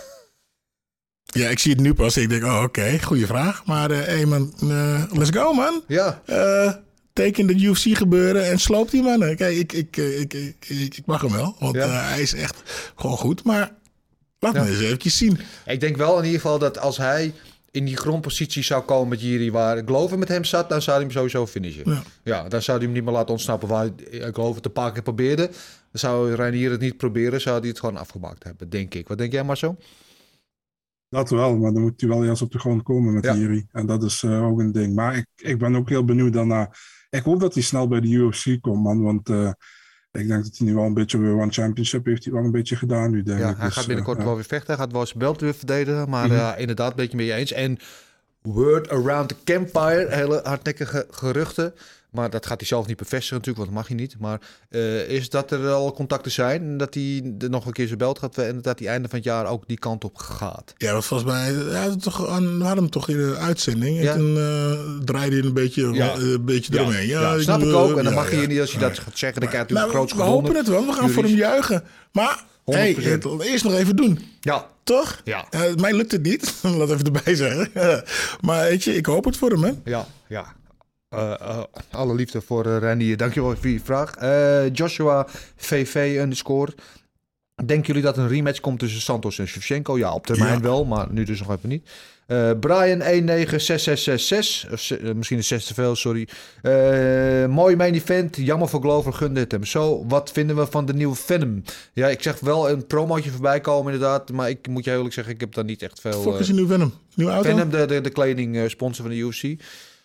Ja, ik zie het nu pas. Ik denk, oké, goede vraag. Maar man, let's go man. Ja. Teken de UFC gebeuren en sloop die man. Kijk, ik mag hem wel. Want hij is echt gewoon goed, maar... Laat me eens even zien. Ik denk wel in ieder geval dat als hij in die grondpositie zou komen met Jiri... waar Glover met hem zat, dan zou hij hem sowieso finishen. Ja, dan zou hij hem niet meer laten ontsnappen waar Glover het een paar keer probeerde. Dan zou Reinier het niet proberen, zou hij het gewoon afgemaakt hebben, denk ik. Wat denk jij, Marcel? Dat wel, maar dan moet hij wel eerst op de grond komen met Jiri. En dat is ook een ding. Maar ik ben ook heel benieuwd daarna. Ik hoop dat hij snel bij de UFC komt, man, want... ik denk dat hij nu wel een beetje weer One Championship heeft hij wel een beetje gedaan nu, denk ik. Hij gaat binnenkort wel weer vechten. Hij gaat wel zijn belt weer verdedigen. Maar inderdaad, een beetje mee eens. En word around the campfire. Hele hardnekkige geruchten. Maar dat gaat hij zelf niet bevestigen natuurlijk, want dat mag hij niet. Maar is dat er al contacten zijn? Dat hij nog een keer zijn belt gaat en dat hij einde van het jaar ook die kant op gaat? Ja, want volgens mij we hadden hem toch in de uitzending. En toen draaide hij een beetje eromheen. Ja, snap ik ook. En dan mag je niet als je dat gaat zeggen. Dan krijg je natuurlijk groot gewonnen. We hopen het wel. We gaan voor hem juichen. Maar eerst nog even doen. Ja. Toch? Ja. Mij lukt het niet. Laat even erbij zeggen. Maar weet je, ik hoop het voor hem, hè? Ja. Alle liefde voor Reinier. Dankjewel voor je vraag. Joshua VV _ Denken jullie dat een rematch komt tussen Santos en Shevchenko? Ja, op termijn wel, maar nu dus nog even niet. Brian 196666. Misschien is 6 te veel, sorry. Mooi main event. Jammer voor Glover, gunde het hem. Zo, wat vinden we van de nieuwe Venom? Ja, ik zeg wel een promootje voorbij komen inderdaad. Maar ik moet je eerlijk zeggen, ik heb daar niet echt veel... Fuck is een nieuw Venom? Nieuwe auto? Venom, de kleding sponsor van de UFC.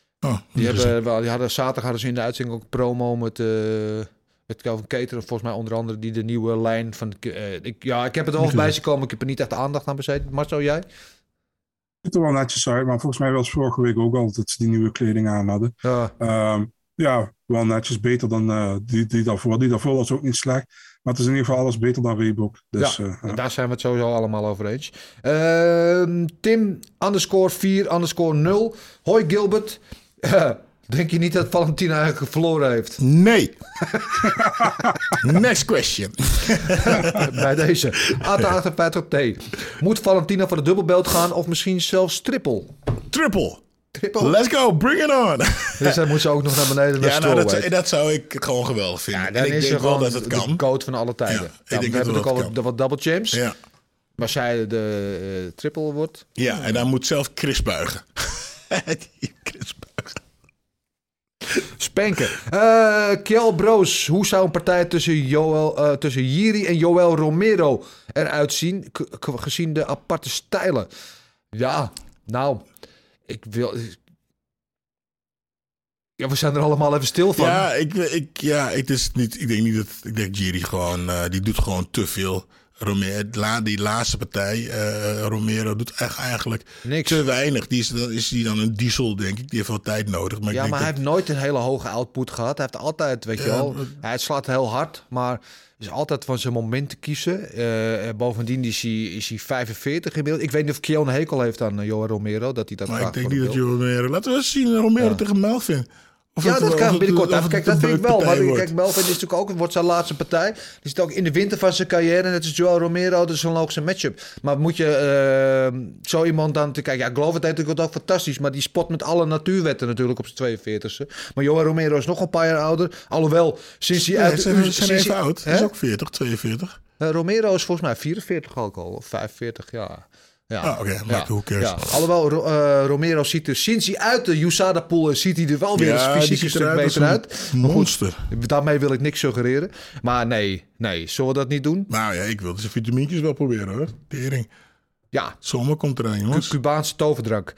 Zaterdag hadden ze in de uitzending ook promo met Calvin Kattar, volgens mij onder andere, die de nieuwe lijn van... ik heb het al voorbij zien komen, ik heb er niet echt de aandacht aan besteed. Marcel, jij? Het ziet er wel netjes uit, maar volgens mij was vorige week ook al dat ze die nieuwe kleding aan hadden. Wel netjes, beter dan die daarvoor. Die daarvoor was ook niet slecht, maar het is in ieder geval alles beter dan Reebok. Dus, daar zijn we het sowieso allemaal over eens. Tim _4_0. Hoi Gilbert. Denk je niet dat Valentina eigenlijk verloren heeft? Nee. Next question. Bij deze. AT58T. Moet Valentina voor de dubbelbelt gaan of misschien zelfs triple? Triple. Let's go, bring it on. Dus dan moet ze ook nog naar beneden naar dat zou ik gewoon geweldig vinden. Ja, dan en ik is denk wel dat het kan. De code van alle tijden. Ja, we hebben ook al wat double champs. Ja. Maar zij de triple wordt. Ja, en dan moet zelf Chris buigen. Chris buigen. Spanken. Kjell Broos. Hoe zou een partij tussen Jiri en Joel Romero eruit zien? Gezien de aparte stijlen. Ja, nou... Ik we zijn er allemaal even stil van. Ja, ik denk niet dat... Ik denk Jiri gewoon... die doet gewoon te veel. Die laatste partij, Romero, doet eigenlijk niks. Te weinig. Is die dan een diesel, denk ik. Die heeft wel tijd nodig. Maar hij heeft nooit een hele hoge output gehad. Hij heeft altijd, weet je wel... Hij slaat heel hard, maar... is altijd van zijn moment te kiezen. Bovendien is hij 45 inmiddels. Ik weet niet of Kjell een hekel heeft aan Joel Romero. Dat hij dat maar ik denk niet dat Joel Romero... Laten we eens zien Romero tegen Melvin. Dat kan binnenkort. Kijk, dat vind ik wel. Maar kijk, Melvin is natuurlijk ook, wordt zijn laatste partij. Die zit ook in de winter van zijn carrière. Net als Joao Romero, dat is een logische matchup. Maar moet je zo iemand dan te kijken? Ja, Glover deed natuurlijk ook fantastisch. Maar die spot met alle natuurwetten natuurlijk op zijn 42e. Maar Joao Romero is nog een paar jaar ouder. Alhoewel, sinds hij uit... Ze zijn even oud. Hij is ook 40, 42. Romero is volgens mij 44 ook al. Of 45, ja. Ja, oké. Hoe cares? Ja. Alhoewel, Romero ziet er sinds hij uit de USADA-pool ziet hij er wel weer fysiek een stuk beter uit. Monster. Goed, daarmee wil ik niks suggereren. Maar nee, zullen we dat niet doen? Nou ja, ik wil zijn vitamintjes wel proberen hoor. Tering. Ja. Zomer komt eraan, jongens. Cubaanse toverdrank.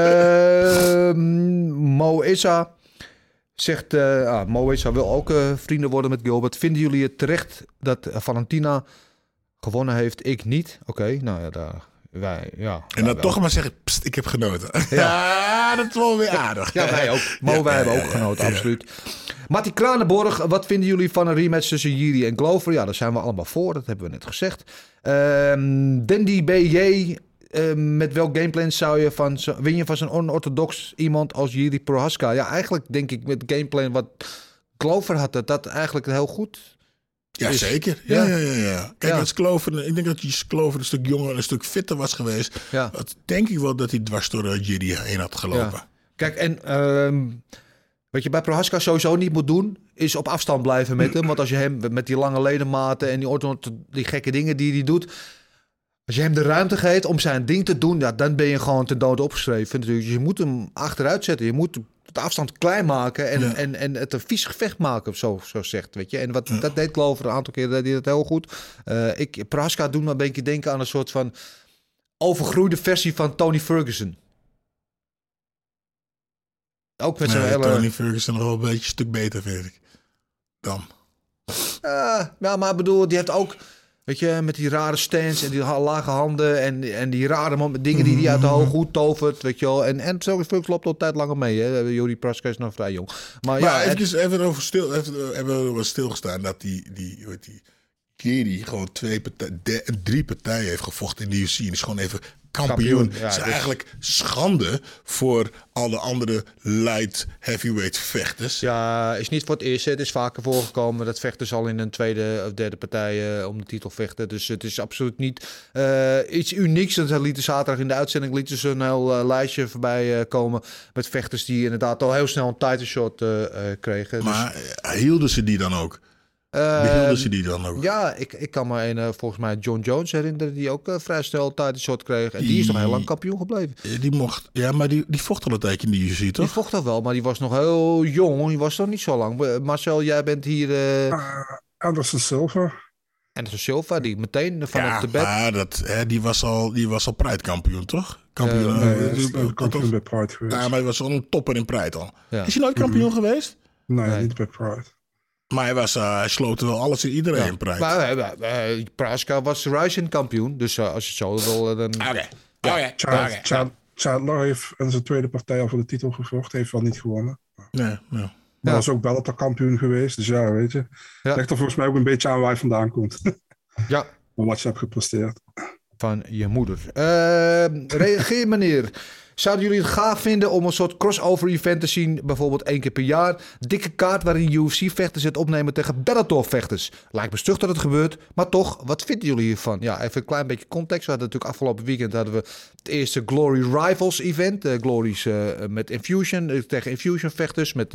Mo Issa zegt... Mo Issa wil ook vrienden worden met Gilbert. Vinden jullie het terecht dat Valentina gewonnen heeft? Ik niet. Oké, nou ja, daar... En dan toch maar zeggen, pst, ik heb genoten. Ja, dat is wel weer aardig. Ja, wij ook. Wij hebben ook genoten, absoluut. Matti Kranenborg, wat vinden jullie van een rematch tussen Jiri en Glover? Ja, daar zijn we allemaal voor, dat hebben we net gezegd. Dandy BJ, met welk gameplan zou je win je van zo'n onorthodox iemand als Jiri Prohaska? Ja, eigenlijk denk ik met gameplan wat Glover had, dat eigenlijk heel goed... Ja, zeker. Ja. Kijk, als Glover, ik denk dat Glover een stuk jonger, een stuk fitter was geweest. Ja. Denk ik wel dat hij dwars door Jiri heen had gelopen. Ja. Kijk, en wat je bij Prohaska sowieso niet moet doen, is op afstand blijven met hem. Want als je hem met die lange ledematen en die gekke dingen die hij doet, als je hem de ruimte geeft om zijn ding te doen, dan ben je gewoon ten dode opgeschreven. Dus je moet hem achteruit zetten. Je moet de afstand klein maken en het een vies gevecht maken, zo zegt, weet je. En dat deed Glover een aantal keer, deed hij dat heel goed. Prohaska doet me een beetje denken aan een soort van overgroeide versie van Tony Ferguson. Ook met zijn Tony Ferguson nog wel een beetje een stuk beter, vind ik. Dan. Maar ik bedoel, die heeft ook... Weet je, met die rare stance en die lage handen en die rare dingen die hij uit de hoge hoed tovert, weet je wel. En Ferguson loopt al een tijd langer mee, hè. Jiri Prohaska is nog vrij jong. Maar even over stilgestaan dat die Jiri gewoon 3 partijen heeft gevochten in de UFC. En is gewoon even kampioen. Ja, het is eigenlijk schande voor alle andere light heavyweight vechters. Ja, is niet voor het eerst. Het is vaker voorgekomen dat vechters al in een tweede of derde partij om de titel vechten. Dus het is absoluut niet iets unieks. Dat lieten zaterdag in de uitzending ze een heel lijstje voorbij komen met vechters die inderdaad al heel snel een title shot kregen. Maar hielden ze die dan ook? Behielden ze die dan ook? Ja, ik kan me volgens mij John Jones herinneren die ook vrij snel een title shot kreeg. En die is nog heel lang kampioen gebleven. Maar die vocht al een tijdje in de UFC, toch? Die vocht al wel, maar die was nog heel jong. Die was nog niet zo lang. Marcel, jij bent hier... Anderson Silva, die meteen van het bed... Maar die was al Pride-kampioen, toch? Kampioen bij Pride geweest. Ja, maar hij was wel een topper in Pride al. Ja. Is hij nooit kampioen geweest? Nee, niet bij Pride. Maar hij sloot wel alles en iedereen in Pride. Maar Prohaska was Rising kampioen. Dus als je het zo wil, dan... Oké. Chandler heeft in zijn tweede partij al voor de titel gevochten. Heeft wel niet gewonnen. Nee. Maar was ook Bellator kampioen geweest. Dus ja, weet je. Ligt er volgens mij ook een beetje aan waar hij vandaan komt. Ja. Maar wat je hebt gepresteerd. Van je moeder. Reageer meneer. Zouden jullie het gaaf vinden om een soort crossover event te zien? Bijvoorbeeld 1 keer per jaar. Dikke kaart waarin UFC-vechters het opnemen tegen Bellator-vechters. Lijkt me stug dat het gebeurt. Maar toch, wat vinden jullie hiervan? Ja, even een klein beetje context. We hadden natuurlijk afgelopen weekend het eerste Glory Rivals event. Glory's met Infusion. Tegen Infusion-vechters. Met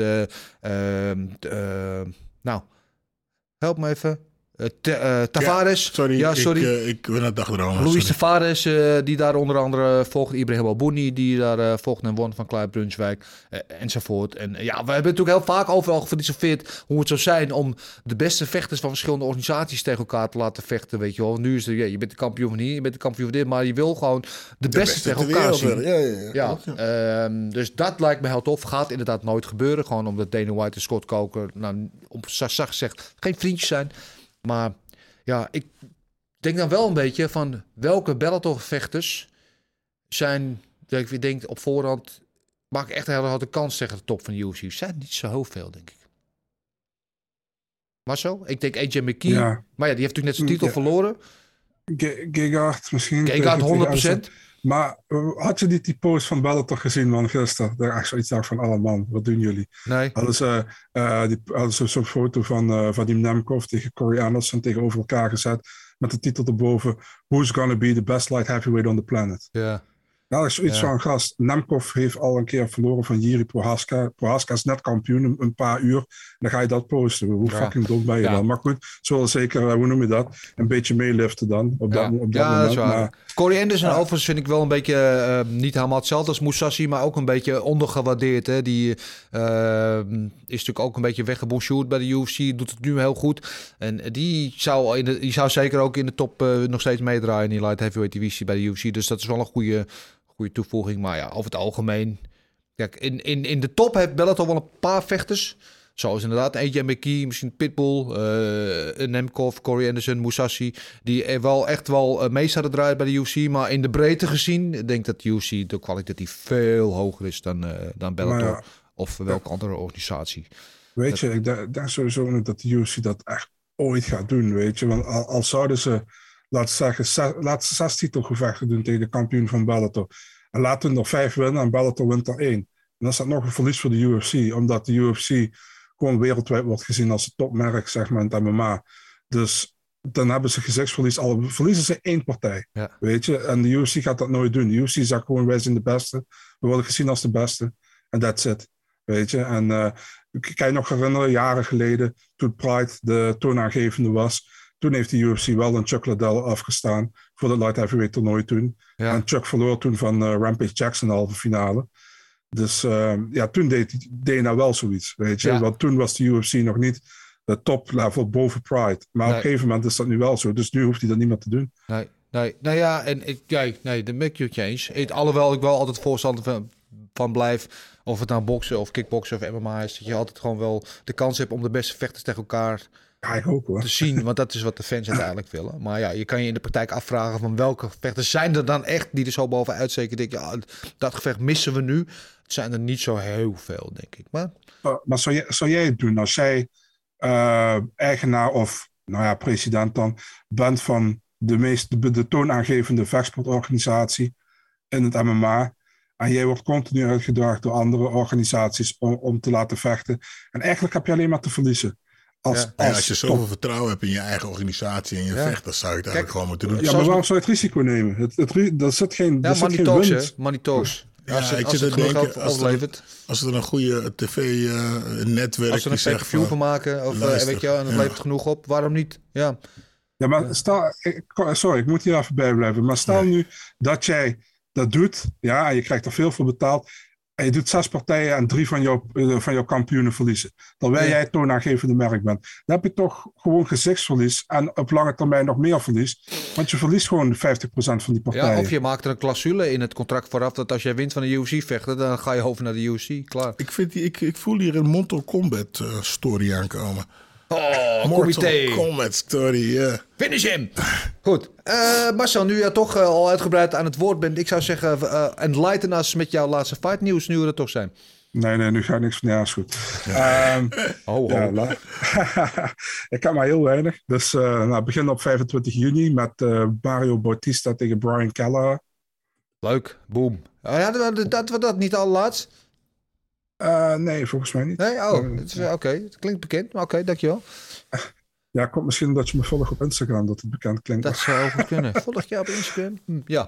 help me even. Tavares. Ja, sorry. Ik ben het dag erover. Luis Tavares, die daar onder andere volgt. Ibrahim Albouni, die daar volgt en won van Clyde Brunswijk. Enzovoort. En ja, we hebben natuurlijk heel vaak overal gefilosofeerd hoe het zou zijn om de beste vechters van verschillende organisaties tegen elkaar te laten vechten. Weet je wel. Nu is je bent de kampioen van hier, je bent de kampioen van dit, maar je wil gewoon de beste tegen elkaar zien. Ja. Dus dat lijkt me heel tof. Gaat inderdaad nooit gebeuren. Gewoon omdat Dana White en Scott Coker, op zacht gezegd, geen vriendjes zijn. Maar ja, ik denk dan wel een beetje van welke Bellator-vechters zijn, dat ik denk op voorhand, maak ik echt een hele grote kans tegen de top van de UFC. Zijn niet zo heel veel, denk ik. Maar zo? Ik denk AJ McKee. Ja. Maar ja, die heeft natuurlijk net zijn titel verloren. Gegard misschien. Gegard 100%. Maar had je niet die post van Bellator gezien, man, gisteren? Daar echt zoiets dacht van, man, wat doen jullie? Nee. Hadden ze zo'n foto van Vadim Nemkov tegen Corey Anderson tegenover elkaar gezet. Met de titel erboven, Who's gonna be the best light heavyweight on the planet? Ja. Nou, dat is zoiets van, gast. Nemkov heeft al een keer verloren van Jiri Prohaska. Prohaska is net kampioen een paar uur. Dan ga je dat posten. Hoe fucking dom ben je dan? Maar goed, zullen zeker, hoe noem je dat? Een beetje meeliften dan. Op dat moment. Dat is waar. Corey Anderson overigens vind ik wel een beetje, niet helemaal hetzelfde als Mousasi, maar ook een beetje ondergewaardeerd. Hè? Die is natuurlijk ook een beetje weggebonjourd bij de UFC. Doet het nu heel goed. En die zou zeker ook in de top nog steeds meedraaien in die light heavyweight divisie bij de UFC. Dus dat is wel een goede toevoeging. Maar ja, over het algemeen. Kijk, in de top heeft Bellator wel een paar vechters. Zoals inderdaad AJ McKee, misschien Pitbull, Nemkov, Corey Anderson, Mousasi. Die er wel echt mee zouden draaien bij de UFC. Maar in de breedte gezien, ik denk dat de UFC de kwalitatief veel hoger is dan Bellator. Of welke andere organisatie. Weet je, ik denk sowieso niet dat de UFC dat echt ooit gaat doen, weet je. Want al zouden ze, laten ze 6 titelgevechten doen tegen de kampioen van Bellator. En laten we er 5 winnen en Bellator wint er 1. En dan is dat nog een verlies voor de UFC. Omdat de UFC gewoon wereldwijd wordt gezien als het topmerk, zeg maar, in het MMA. Dus dan hebben ze gezichtsverlies. Al verliezen ze 1 partij, weet je. En de UFC gaat dat nooit doen. De UFC zegt gewoon, wij zijn de beste. We worden gezien als de beste. En that's it, weet je. En ik kan je nog herinneren, jaren geleden, toen Pride de toonaangevende was. Toen heeft de UFC wel een Chuck Liddell afgestaan voor de light heavyweight toernooi toen. Ja. En Chuck verloor toen van Rampage Jackson de halve finale. Dus toen deed Dana wel zoiets, weet je. Ja. Want toen was de UFC nog niet de top level boven Pride. Maar op een gegeven moment is dat nu wel zo. Dus nu hoeft hij dat niet meer te doen. Nee. Nou ja, en de make you change. Alhoewel ik wel altijd voorstander van blijf, of het nou boksen of kickboksen of MMA is, dat je altijd gewoon wel de kans hebt om de beste vechters tegen elkaar te zien. Want dat is wat de fans uiteindelijk willen. Maar ja, je kan je in de praktijk afvragen van welke vechters zijn er dan echt die er zo bovenuit steken. Denk je, dat gevecht missen we nu. Het zijn er niet zo heel veel, denk ik. Maar zou jij het doen als jij eigenaar of president dan bent van de toonaangevende vechtsportorganisatie in het MMA en jij wordt continu uitgedaagd door andere organisaties om te laten vechten. En eigenlijk heb je alleen maar te verliezen. Als je zoveel vertrouwen hebt in je eigen organisatie en je vechters, zou je het eigenlijk gewoon moeten doen. Ja, maar waarom zou je het risico nemen? Dat zit geen winst. Money talks. Ja, ik zit te denken, als er een goede tv-netwerk als ze er een pay-per-view van maken, of weet je, en het levert genoeg op, waarom niet? Ja, maar sorry, ik moet hier even bij blijven. Maar stel nu dat jij dat doet, en je krijgt er veel voor betaald, en je doet 6 partijen en 3 van jouw kampioenen verliezen. Terwijl jij het toonaangevende merk bent. Dan heb je toch gewoon gezichtsverlies en op lange termijn nog meer verlies. Want je verliest gewoon 50% van die partijen. Ja, of je maakt er een clausule in het contract vooraf dat als jij wint van de UFC vechten, dan ga je over naar de UFC. Klaar. Ik voel hier een Mortal Kombat story aankomen. Mortal Kombat story, Finish him! Goed. Marcel, nu je toch al uitgebreid aan het woord bent, ik zou zeggen, enlighten us met jouw laatste fight nieuws, nu we er toch zijn. Nee, nu ga ik niks van. Ja, is goed. Ik heb maar heel weinig. Dus beginnen op 25 juni met Mario Bautista tegen Brian Kelleher. Leuk, boom. Dat we dat niet al laatst? Nee, volgens mij niet. Nee? Oké. Het klinkt bekend, maar oké, dankjewel. Ja, komt misschien omdat je me volgt op Instagram, dat het bekend klinkt. Dat zou goed kunnen. Volg je op Instagram? Ja.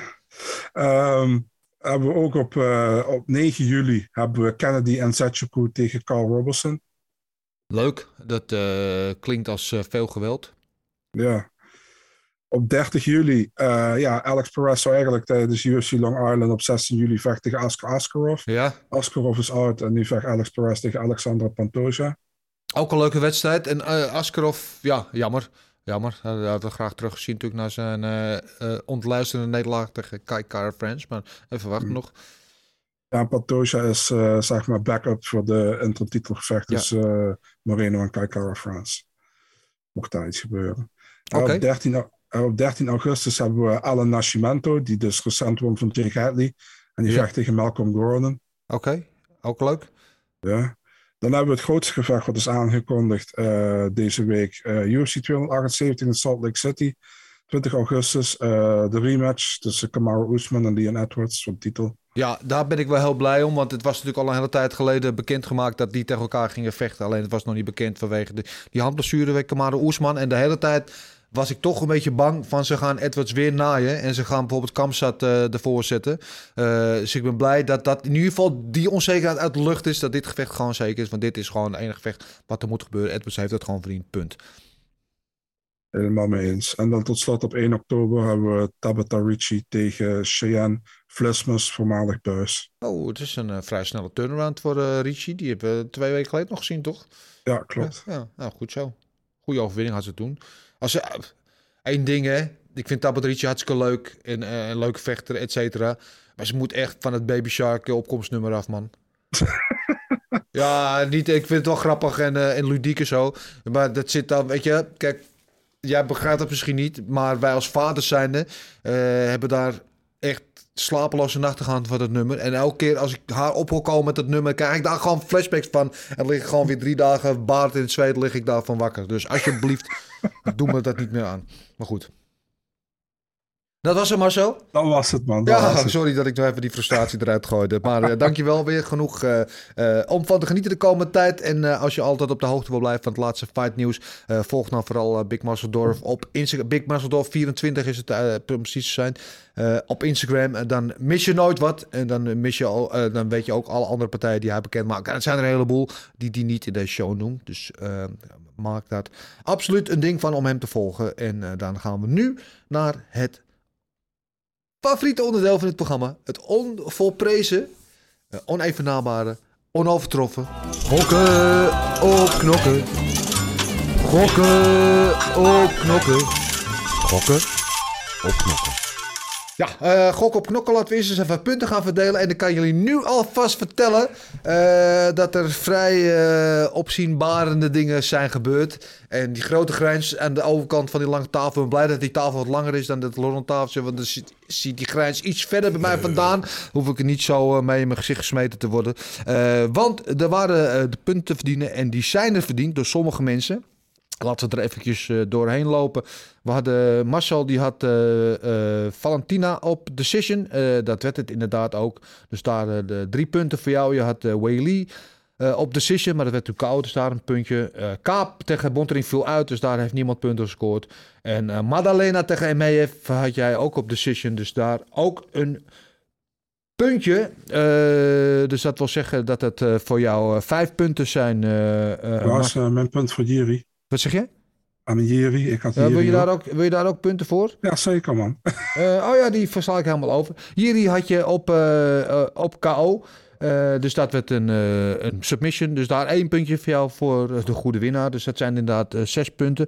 Hebben we ook op 9 juli hebben we Kennedy en Nzechukwu tegen Carl Robertson. Leuk, dat klinkt als veel geweld. Ja. Op 30 juli, Alex Perez zou eigenlijk tijdens UFC Long Island op 16 juli vechten tegen Askar Askarov. Ja. Askarov is out en nu vecht Alex Perez tegen Alexandra Pantoja. Ook een leuke wedstrijd. En Askarov, jammer. Dat hadden we graag teruggezien natuurlijk naar zijn ontluisterende nederlaag tegen Kai Kara-France. Maar even wachten nog. Ja, Pantoja is zeg maar backup voor de intertitelgevecht tussen Moreno en Kai Kara-France. Mocht daar iets gebeuren. Op 13 augustus hebben we Alan Nascimento, die dus recent won van Jake Hadley. En die vecht tegen Malcolm Gordon. Oké, ook leuk. Ja. Dan hebben we het grootste gevecht wat is aangekondigd deze week. UFC 278 in Salt Lake City. 20 augustus de rematch tussen Kamaru Usman en Leon Edwards voor de titel. Ja, daar ben ik wel heel blij om. Want het was natuurlijk al een hele tijd geleden bekendgemaakt dat die tegen elkaar gingen vechten. Alleen het was nog niet bekend vanwege die handblessure bij Kamaru Usman. En de hele tijd was ik toch een beetje bang van ze gaan Edwards weer naaien. En ze gaan bijvoorbeeld Khamzat ervoor zetten. Dus ik ben blij dat in ieder geval die onzekerheid uit de lucht is. Dat dit gevecht gewoon zeker is. Want dit is gewoon het enige gevecht wat er moet gebeuren. Edwards heeft het gewoon verdiend, punt. Helemaal mee eens. En dan tot slot op 1 oktober hebben we Tabata Ricci tegen Cheyenne Vlismus, voormalig buis. Oh, het is een vrij snelle turnaround voor Ricci. Die hebben we 2 weken geleden nog gezien, toch? Ja, klopt. Ja, nou, goed zo. Goede overwinning had ze toen. Eén ding, hè. Ik vind Tabata Ricci hartstikke leuk. En een leuke vechter, et cetera. Maar ze moet echt van het Baby Shark opkomstnummer af, man. Ja, niet, ik vind het wel grappig en ludiek en zo. Maar dat zit dan, weet je... Kijk, jij begrijpt het misschien niet. Maar wij als vaders zijnde hebben daar echt slapeloze nachten gehad van dat nummer. En elke keer als ik haar op wil komen met dat nummer... krijg ik daar gewoon flashbacks van. En lig ik gewoon weer 3 dagen baard in het zweet... lig ik daarvan wakker. Dus alsjeblieft, doe me dat niet meer aan. Maar goed. Dat was het, Marcel. Dat was het, man. Sorry dat ik nog even die frustratie eruit gooide. Maar dankjewel weer genoeg om van te genieten de komende tijd. En als je altijd op de hoogte wil blijven van het laatste fight nieuws... volg dan vooral Big Muscle op Instagram. Big Muscle 24 is het precies te zijn. Op Instagram. Dan mis je nooit wat. En dan, dan weet je ook alle andere partijen die hij bekend maakt. En het zijn er een heleboel die niet in deze show doen. Dus maak dat absoluut een ding van om hem te volgen. En dan gaan we nu naar het... favoriete onderdeel van het programma. Het onvolprezen, onevenaarbare, onovertroffen. Gokken op knokken. Gokken op knokken. Gokken op knokken. Ja, gok op knokken. Laten we eerst eens even punten gaan verdelen. En dan kan jullie nu alvast vertellen dat er vrij opzienbarende dingen zijn gebeurd. En die grote grijns aan de overkant van die lange tafel. Ik ben blij dat die tafel wat langer is dan dat Lorentafeltje. Want dan ziet die grijns iets verder bij mij vandaan. Hoef ik er niet zo mee in mijn gezicht gesmeten te worden. Want er waren de punten te verdienen. En die zijn er verdiend door sommige mensen. Laten we er eventjes doorheen lopen. We hadden Marcel, die had Valentina op decision. Dat werd het inderdaad ook. Dus daar de 3 punten voor jou. Je had Weili op decision, maar dat werd natuurlijk koud. Dus daar een puntje. Kaap tegen Bonterin viel uit, dus daar heeft niemand punten gescoord. En Madalena tegen Emeev had jij ook op decision. Dus daar ook een puntje. Dus dat wil zeggen dat het voor jou 5 punten zijn. Was mijn punt voor Jiri. Wat zeg je? Aan Jiri. Ik had Jiri wil je daar ook punten voor? Ja, zeker, man. Oh ja, die versla ik helemaal over. Jiri had je op KO. Dus dat werd een submission. Dus daar 1 puntje voor jou voor de goede winnaar. Dus dat zijn inderdaad 6 punten.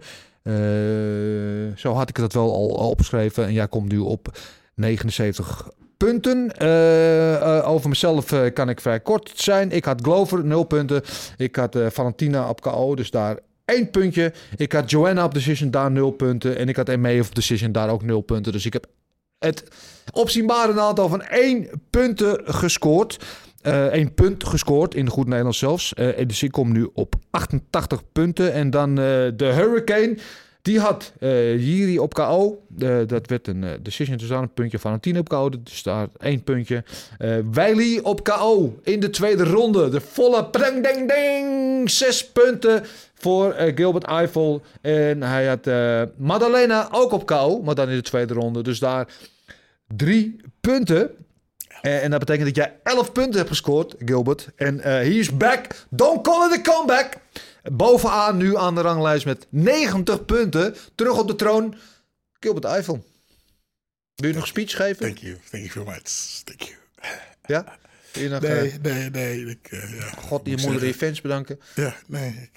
Zo had ik dat wel al opgeschreven. En jij komt nu op 79 punten. Over mezelf kan ik vrij kort zijn. Ik had Glover, 0 punten. Ik had Valentina op KO, dus daar 1 puntje. Ik had Joanna op decision, daar 0 punten. En ik had Eme op decision, daar ook 0 punten. Dus ik heb het opzienbare aantal van 1 punten gescoord. 1 punt gescoord, in goed Nederlands zelfs. Dus ik kom nu op 88 punten. En dan de Hurricane. Die had Jiri op KO. Dat werd een decision, dus daar een puntje. Valentina op KO, dus daar 1 puntje. Weili op KO in de tweede ronde. De volle ding 6 punten voor Gilbert Eiffel. En hij had Madalena ook op KO, maar dan in de tweede ronde. Dus daar 3 punten. En dat betekent dat jij 11 punten hebt gescoord, Gilbert. En he is back. Don't call it a comeback. Bovenaan nu aan de ranglijst met 90 punten. Terug op de troon. Gilbert Eiffel. Wil je nog een speech geven? Thank you very much. Thank you. Ja? Wil je nog, nee. God, je moeder en je fans bedanken. Ja, nee.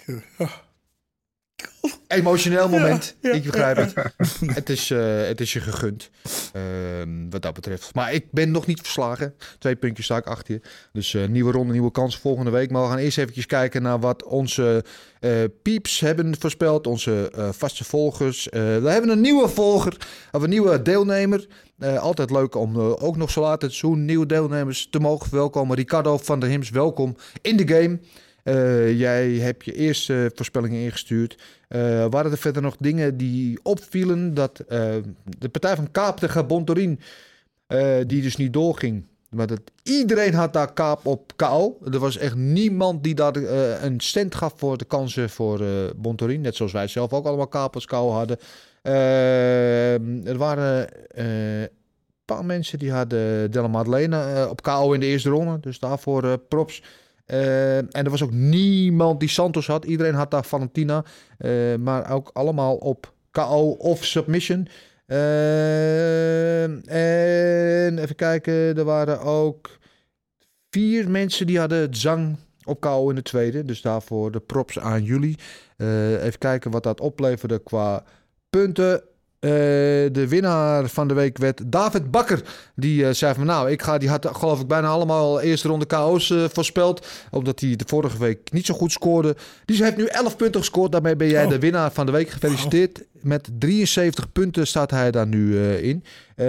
Emotioneel moment. Ja. Ik begrijp het. Het is je gegund. Wat dat betreft. Maar ik ben nog niet verslagen. 2 puntjes sta ik achter je. Dus nieuwe ronde, nieuwe kans volgende week. Maar we gaan eerst eventjes kijken naar wat onze pieps hebben voorspeld. Onze vaste volgers. We hebben een nieuwe volger. Of een nieuwe deelnemer. Altijd leuk om ook nog zo laat het seizoen nieuwe deelnemers te mogen verwelkomen. Ricardo van der Hims, welkom in de game. Jij hebt je eerste voorspellingen ingestuurd. Waren er verder nog dingen die opvielen? Dat de partij van Kaap tegen Bontorin, die dus niet doorging. Maar dat iedereen had daar Kaap op KO. Er was echt niemand die daar een cent gaf voor de kansen voor Bontorin. Net zoals wij zelf ook allemaal Kaap als KO hadden. Er waren een paar mensen die hadden Della Maddalena op KO in de eerste ronde. Dus daarvoor props. En er was ook niemand die Santos had. Iedereen had daar Valentina. Maar ook allemaal op KO of submission. En even kijken, er waren ook 4 mensen die hadden Zhang op KO in de tweede. Dus daarvoor de props aan jullie. Even kijken wat dat opleverde qua punten. De winnaar van de week werd David Bakker. Die zei van die had geloof ik bijna allemaal eerste ronde KO's voorspeld. Omdat hij de vorige week niet zo goed scoorde. Die heeft nu 11 punten gescoord. Daarmee ben jij de winnaar van de week. Gefeliciteerd. Met 73 punten staat hij daar nu in.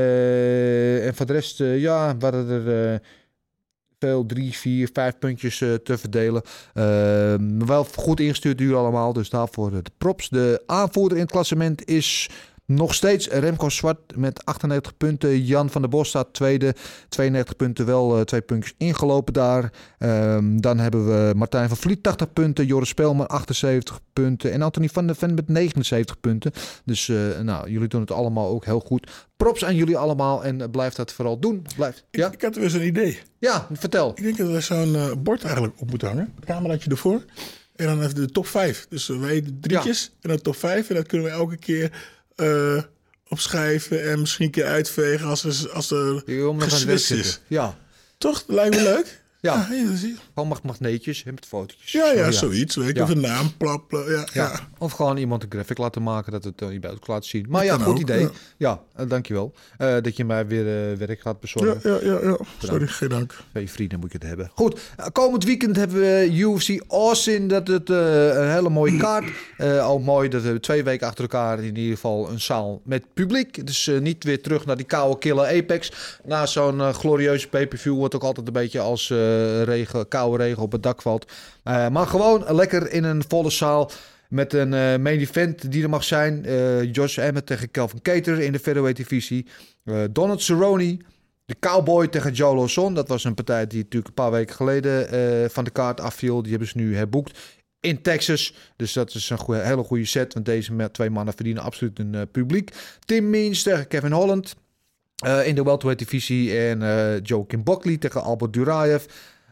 En voor de rest waren er veel 3, 4, 5 puntjes te verdelen. Wel goed ingestuurd jullie allemaal. Dus daarvoor de props. De aanvoerder in het klassement is nog steeds Remco Zwart met 98 punten. Jan van der Bos staat tweede. 92 punten, wel 2 puntjes ingelopen daar. Dan hebben we Martijn van Vliet 80 punten. Joris Speelman 78 punten. En Anthony van der Ven met 79 punten. Dus jullie doen het allemaal ook heel goed. Props aan jullie allemaal en blijf dat vooral doen. Ik had weer zo'n idee. Ja, vertel. Ik denk dat we zo'n bord eigenlijk op moeten hangen. Het cameraatje ervoor. En dan even de top 5. Dus wij de drietjes en dan top 5. En dat kunnen we elke keer opschrijven en misschien een keer uitvegen als er geswitst is. Ja. Toch? Dat lijkt me leuk. Ja. Gewoon magneetjes met fotootjes. Ja, zoiets. Weet je, of een naam, ja. Of gewoon iemand een graphic laten maken dat het je buiten laat zien. Maar goed idee. Ja, dankjewel. Dat je mij weer werk gaat bezorgen. Ja. Sorry, geen dank. 2 vrienden moet je het hebben. Goed, komend weekend hebben we UFC Austin. Dat is een hele mooie kaart. Ook mooi dat we 2 weken achter elkaar in ieder geval een zaal met publiek. Dus niet weer terug naar die koude killer Apex. Na zo'n glorieuze pay-per-view wordt ook altijd een beetje als koude regen op het dak valt. Maar gewoon lekker in een volle zaal met een main event die er mag zijn. Josh Emmett tegen Kelvin Kattar in de featherweight divisie. Donald Cerrone, de Cowboy tegen Joe Lawson. Dat was een partij die natuurlijk een paar weken geleden van de kaart afviel. Die hebben ze nu herboekt in Texas. Dus dat is een hele goede set. Want deze 2 mannen verdienen absoluut een publiek. Tim Means tegen Kevin Holland in de welterweight divisie. En Joaquin Buckley tegen Albert Duraev.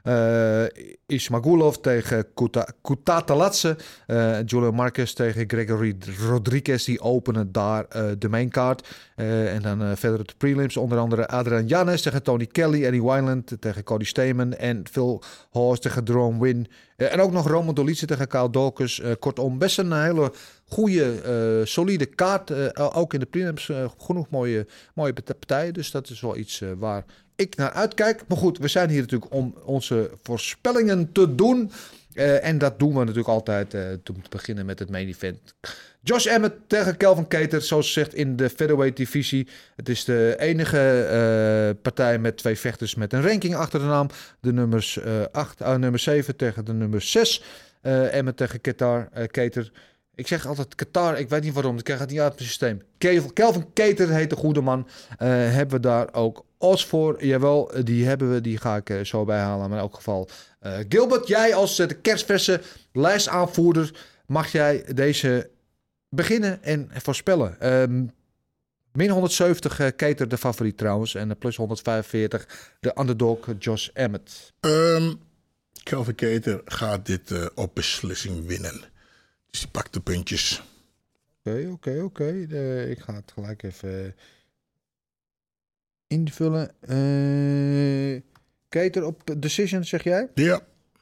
Ismagulov tegen Kutateladze. Julio Marquez tegen Gregory Rodriguez. Die openen daar de maincard. En dan verder de prelims. Onder andere Adrian Yanez tegen Tony Kelly. Eddie Wineland tegen Cody Stamann. En Phil Horst tegen Jerome Wynn. En ook nog Roman Dolidze tegen Kyle Dawkins. Kortom, best een hele goede, solide kaart. Ook in de prelims genoeg mooie partijen. Dus dat is wel iets waar ik naar uitkijk. Maar goed, we zijn hier natuurlijk om onze voorspellingen te doen. En dat doen we natuurlijk altijd te beginnen met het main event. Josh Emmett tegen Kelvin Kattar, zoals gezegd in de featherweight divisie. Het is de enige partij met 2 vechters met een ranking achter de naam. De nummer 7 tegen de nummer 6. Emmett tegen Kattar. Ik zeg altijd Qatar, ik weet niet waarom, ik krijg het niet uit het systeem. Kelvin Kattar heet de goede man. Hebben we daar ook odds voor? Jawel, die ga ik zo bijhalen. Maar in elk geval, Gilbert, jij als de kerstverse lijstaanvoerder, mag jij deze beginnen en voorspellen. Min 170 Kattar de favoriet trouwens. En plus 145 de underdog Josh Emmett. Kelvin Kattar gaat dit op beslissing winnen. Dus die pakt de puntjes. Oké. Ik ga het gelijk even invullen. Kattar op decision, zeg jij? Ja.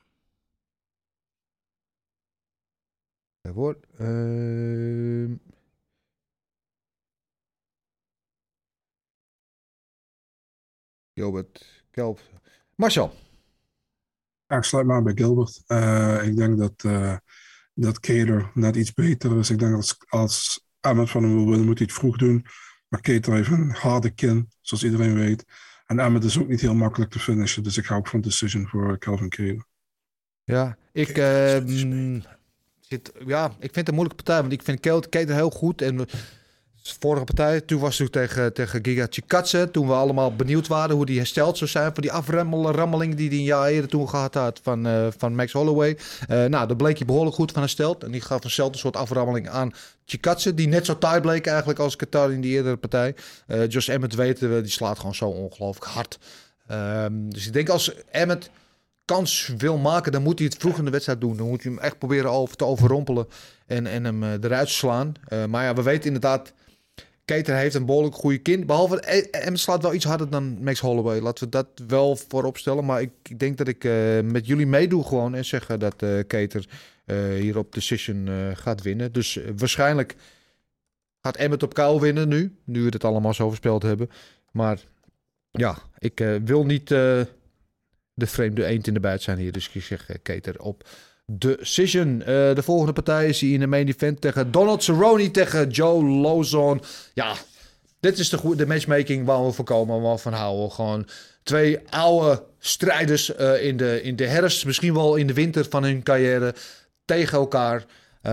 Wordt. Gilbert, Kelp. Marcel. Ja, ik sluit maar bij Gilbert. Ik denk dat Kattar net iets beter is. Ik denk dat als Emmett van hem wil winnen, moet hij het vroeg doen. Maar Kattar heeft een harde kin, zoals iedereen weet. En Emmett is ook niet heel makkelijk te finishen. Dus ik ga ook van decision voor Kelvin Kattar. Ja, ik vind het een moeilijke partij. Want ik vind Kattar heel goed. En vorige partij, toen was het tegen Giga Chikadze. Toen we allemaal benieuwd waren hoe die hersteld zou zijn. Voor die aframmeling die hij een jaar eerder toen gehad had van Max Holloway. Daar bleek hij behoorlijk goed van hersteld. En die gaf eenzelfde soort aframmeling aan Chikadze. Die net zo taai bleek eigenlijk als Kattar in die eerdere partij. Josh Emmett weten we, die slaat gewoon zo ongelooflijk hard. Dus ik denk als Emmett kans wil maken, dan moet hij het vroeg in de wedstrijd doen. Dan moet hij hem echt proberen te overrompelen en hem eruit slaan. Maar ja, we weten inderdaad, Kattar heeft een behoorlijk goede kind. Behalve, Emmett slaat wel iets harder dan Max Holloway. Laten we dat wel voorop stellen. Maar ik denk dat ik met jullie meedoe gewoon en zeg dat Kattar hier op decision gaat winnen. Dus waarschijnlijk gaat Emmett op KO winnen nu we het allemaal zo voorspeld hebben. Maar ja, ik wil niet de vreemde eend in de buit zijn hier. Dus ik zeg Kattar op decision. De volgende partij is hier in de main event tegen Donald Cerrone tegen Joe Lauzon. Ja, dit is de matchmaking waar we voor komen, waar we van houden. Gewoon twee oude strijders in de herfst, misschien wel in de winter van hun carrière, tegen elkaar.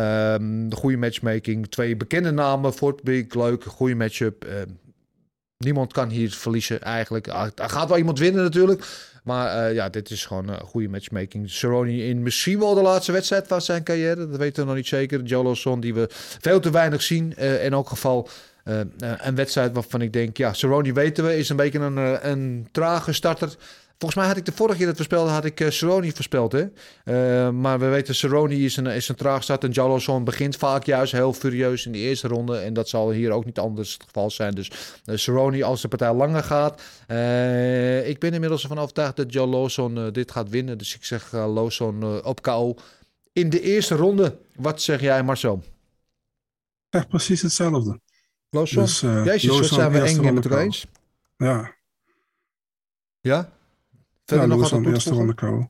De goede matchmaking. Twee bekende namen voor het publiek. Leuk, goede matchup. Niemand kan hier verliezen eigenlijk. Er gaat wel iemand winnen natuurlijk. Maar dit is gewoon een goede matchmaking. Cerrone in misschien wel de laatste wedstrijd van zijn carrière. Dat weten we nog niet zeker. Joe Lauzon die we veel te weinig zien. In elk geval een wedstrijd waarvan ik denk... Ja, Cerrone weten we is een beetje een trage starter. Volgens mij had ik de vorige keer dat we speelden, had ik Cerrone voorspeld. Hè? Maar we weten, Cerrone is een traag start. En Joe Lauzon begint vaak juist heel furieus in de eerste ronde. En dat zal hier ook niet anders het geval zijn. Dus Cerrone als de partij langer gaat. Ik ben inmiddels ervan overtuigd dat Joe Lauzon dit gaat winnen. Dus ik zeg Lauzon op KO in de eerste ronde. Wat zeg jij, Marcel? Echt precies hetzelfde. Lauzon? Dus, Jezus, wat zijn we eng met elkaar eens? Ja. Ja? Verder nog wat eerste ronde KO.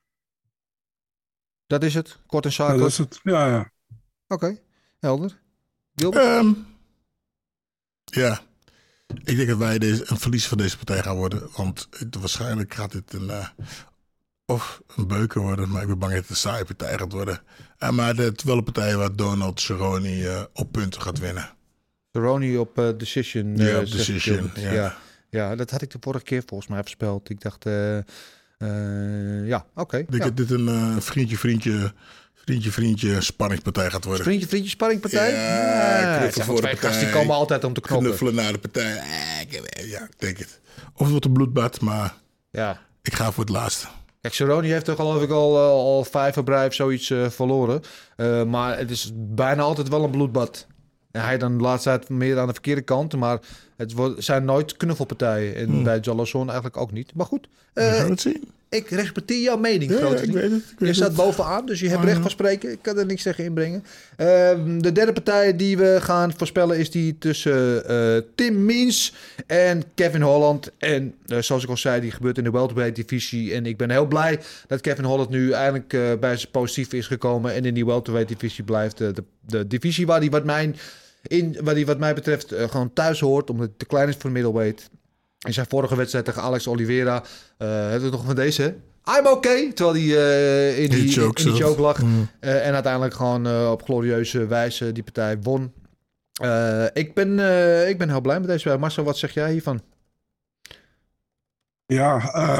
Dat is het? Kort en zakelijk? Ja, dat is het. Ja. Oké, helder. Gilbert? Ja. Ik denk dat wij een verliezer van deze partij gaan worden. Want waarschijnlijk gaat dit of een beuker worden. Maar ik ben bang dat het een saaie partij gaat worden. Maar het is wel een partij waar Donald Cerrone op punten gaat winnen. Cerrone op decision. Ja, op decision. Ja, dat had ik de vorige keer volgens mij voorspeld. Ik dacht, oké. Ik denk dat dit een vriendje spanningspartij gaat worden. Vriendje spanningspartij? Ja, voor de partij. Die komen altijd om te knokken. Knuffelen naar de partij. Ja, ik denk het. Of het wordt een bloedbad, maar ja. Ik ga voor het laatste. Kijk, Cerrone heeft er geloof ik al 5 erbij of zoiets verloren. Maar het is bijna altijd wel een bloedbad. En hij dan de laatste tijd meer aan de verkeerde kant. Maar het zijn nooit knuffelpartijen. En bij Joe Lauzon eigenlijk ook niet. Maar goed. We gaan het zien. Ik respecteer jouw mening, grote ik weet het. Je staat bovenaan, dus je hebt recht van spreken. Ik kan er niks tegen inbrengen. De derde partij die we gaan voorspellen is die tussen Tim Means en Kevin Holland. En zoals ik al zei, die gebeurt in de welterweight divisie. En ik ben heel blij dat Kevin Holland nu eindelijk bij zijn positief is gekomen. En in die welterweight divisie blijft de divisie waar die wat mij betreft gewoon thuis hoort. Omdat het te klein is voor middleweight. In zijn vorige wedstrijd tegen Alex Oliveira hebben we nog van deze. I'm okay. Terwijl hij in die choke lag. En uiteindelijk gewoon op glorieuze wijze die partij won. Ik ben heel blij met deze. Marcel, wat zeg jij hiervan? Ja,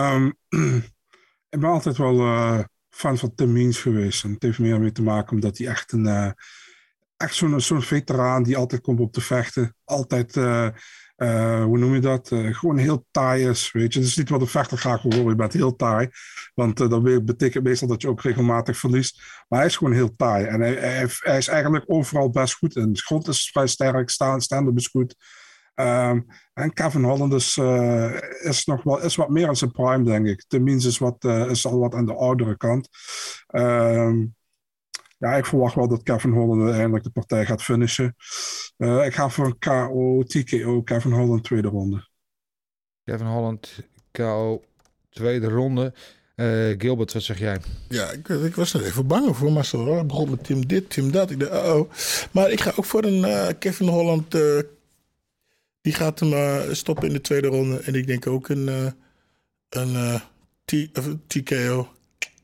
ik ben altijd wel fan van Tim Means geweest. En het heeft meer mee te maken omdat hij echt zo'n veteraan die altijd komt op te vechten. Altijd... hoe noem je dat? Gewoon heel taai is, weet je. Het is niet wat een vechter graag wil horen. Je bent heel taai. Want dat betekent meestal dat je ook regelmatig verliest. Maar hij is gewoon heel taai. En hij is eigenlijk overal best goed in. De grond is vrij sterk. Stand-up is goed. En Kevin Holland is wat meer aan zijn prime, denk ik. Tim Means is al wat aan de oudere kant. Ja, ik verwacht wel dat Kevin Holland uiteindelijk de partij gaat finishen. Ik ga voor een TKO, Kevin Holland tweede ronde. Kevin Holland, KO, tweede ronde. Gilbert, wat zeg jij? Ja, ik was er even bang voor Marcel. Ik begon met Tim dit, Tim dat. Ik dacht, Maar ik ga ook voor een Kevin Holland. Die gaat hem stoppen in de tweede ronde. En ik denk ook een TKO.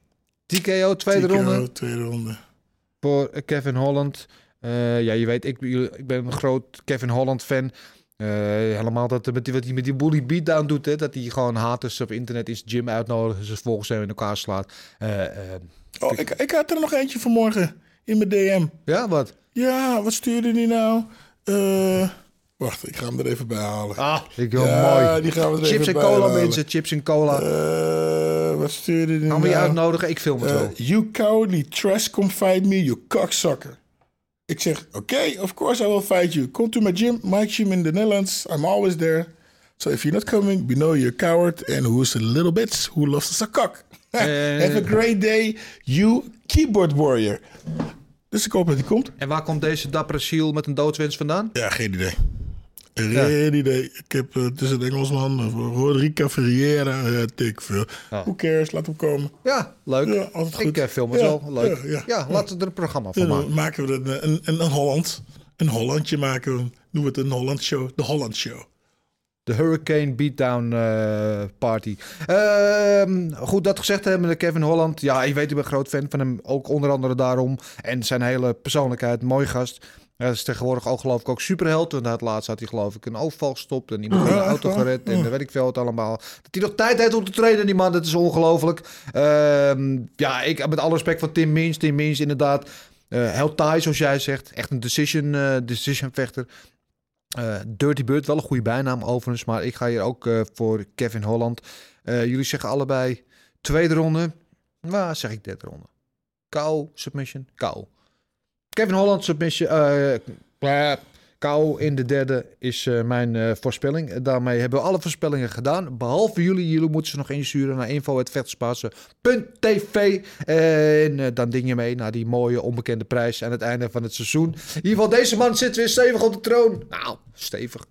TKO, tweede ronde. Voor Kevin Holland. Ja, je weet, ik ben een groot Kevin Holland fan. Helemaal wat hij met die bully beatdown doet. Hè, dat hij gewoon haters op internet in zijn gym uitnodigt. Ze volgens hem in elkaar slaat. Ik had er nog eentje vanmorgen in mijn DM. Ja, wat? Ja, wat stuurde die nou? Wacht, ik ga hem er even bij halen. Mooi. Die gaan we er chips even en cola, bij mensen. Chips en cola. Wat stuurde die Gaan we je nou? uitnodigen? Ik film het wel. You cowardly trash, come fight me, you cocksucker. Ik zeg, okay, of course I will fight you. Come to my gym, Mike Gym in the Netherlands. I'm always there. So if you're not coming, we know you're a coward. And who's a little bitch who loves to suck cock. Have a great day, you keyboard warrior. Dus ik hoop dat hij komt. En waar komt deze dappere ziel met een doodswens vandaan? Ja, geen idee. Geen idee. Ik heb tussen de Engelsman, Rodrigo Ferreira, dik veel. Who cares? Laat hem komen. Ja, leuk. Ja, altijd goed. Ik film het wel. Leuk. Ja, laten we er een programma van maken. Dan maken we een Holland. Een Hollandje maken we. Noemen we het een Holland Show. De Holland Show. De Hurricane Beatdown Party. Goed, dat gezegd hebben met Kevin Holland. Ja, je weet, ik ben een groot fan van hem. Ook onder andere daarom. En zijn hele persoonlijkheid. Mooi gast. Hij is tegenwoordig geloof ik ook superheld. Want het laatst had hij geloof ik een overval gestopt. En iemand had de auto gered. En dan weet ik veel wat allemaal. Dat hij nog tijd heeft om te trainen, die man. Dat is ongelooflijk. Ja, ik met alle respect voor Tim Means. Tim Means inderdaad. Heel taai, zoals jij zegt. Echt een decision vechter. Dirty Bird, wel een goede bijnaam overigens. Maar ik ga hier ook voor Kevin Holland. Jullie zeggen allebei tweede ronde. Nou, zeg ik derde ronde. KO, submission, KO. Kevin Holland, submission. KO in de derde is mijn voorspelling. Daarmee hebben we alle voorspellingen gedaan. Behalve jullie. Jullie moeten ze nog insturen naar info@vechterspasen.tv. En dan ding je mee naar die mooie onbekende prijs aan het einde van het seizoen. In ieder geval, deze man zit weer stevig op de troon. Nou, stevig.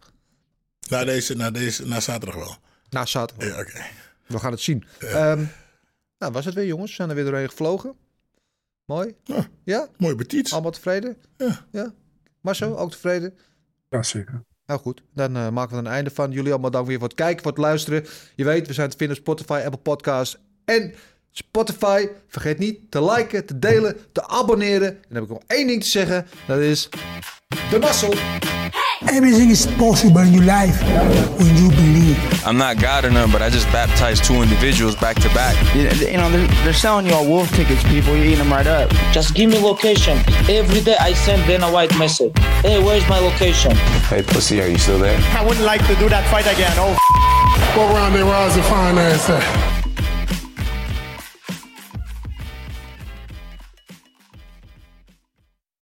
Na zaterdag wel. Na zaterdag. Ja, oké. We gaan het zien. Nou, was het weer, jongens. We zijn er weer doorheen gevlogen. Mooi. Ja? Mooi betiets. Allemaal tevreden? Ja. Marcel, ook tevreden? Ja, zeker. Nou goed, dan maken we er een einde van. Jullie allemaal dank weer voor het kijken, voor het luisteren. Je weet, we zijn te vinden op Spotify, Apple Podcasts en Spotify. Vergeet niet te liken, te delen, te abonneren. En dan heb ik nog één ding te zeggen. Dat is de mazzel. Everything is possible in your life when you believe. I'm not God or none, but I just baptized 2 individuals back to back. You know, they're selling you all wolf tickets, people. You're eating them right up. Just give me location. Every day I send Dana White message. Hey, where's my location? Hey, pussy, are you still there? I wouldn't like to do that fight again. Oh, Go around there, where's the fine ass at?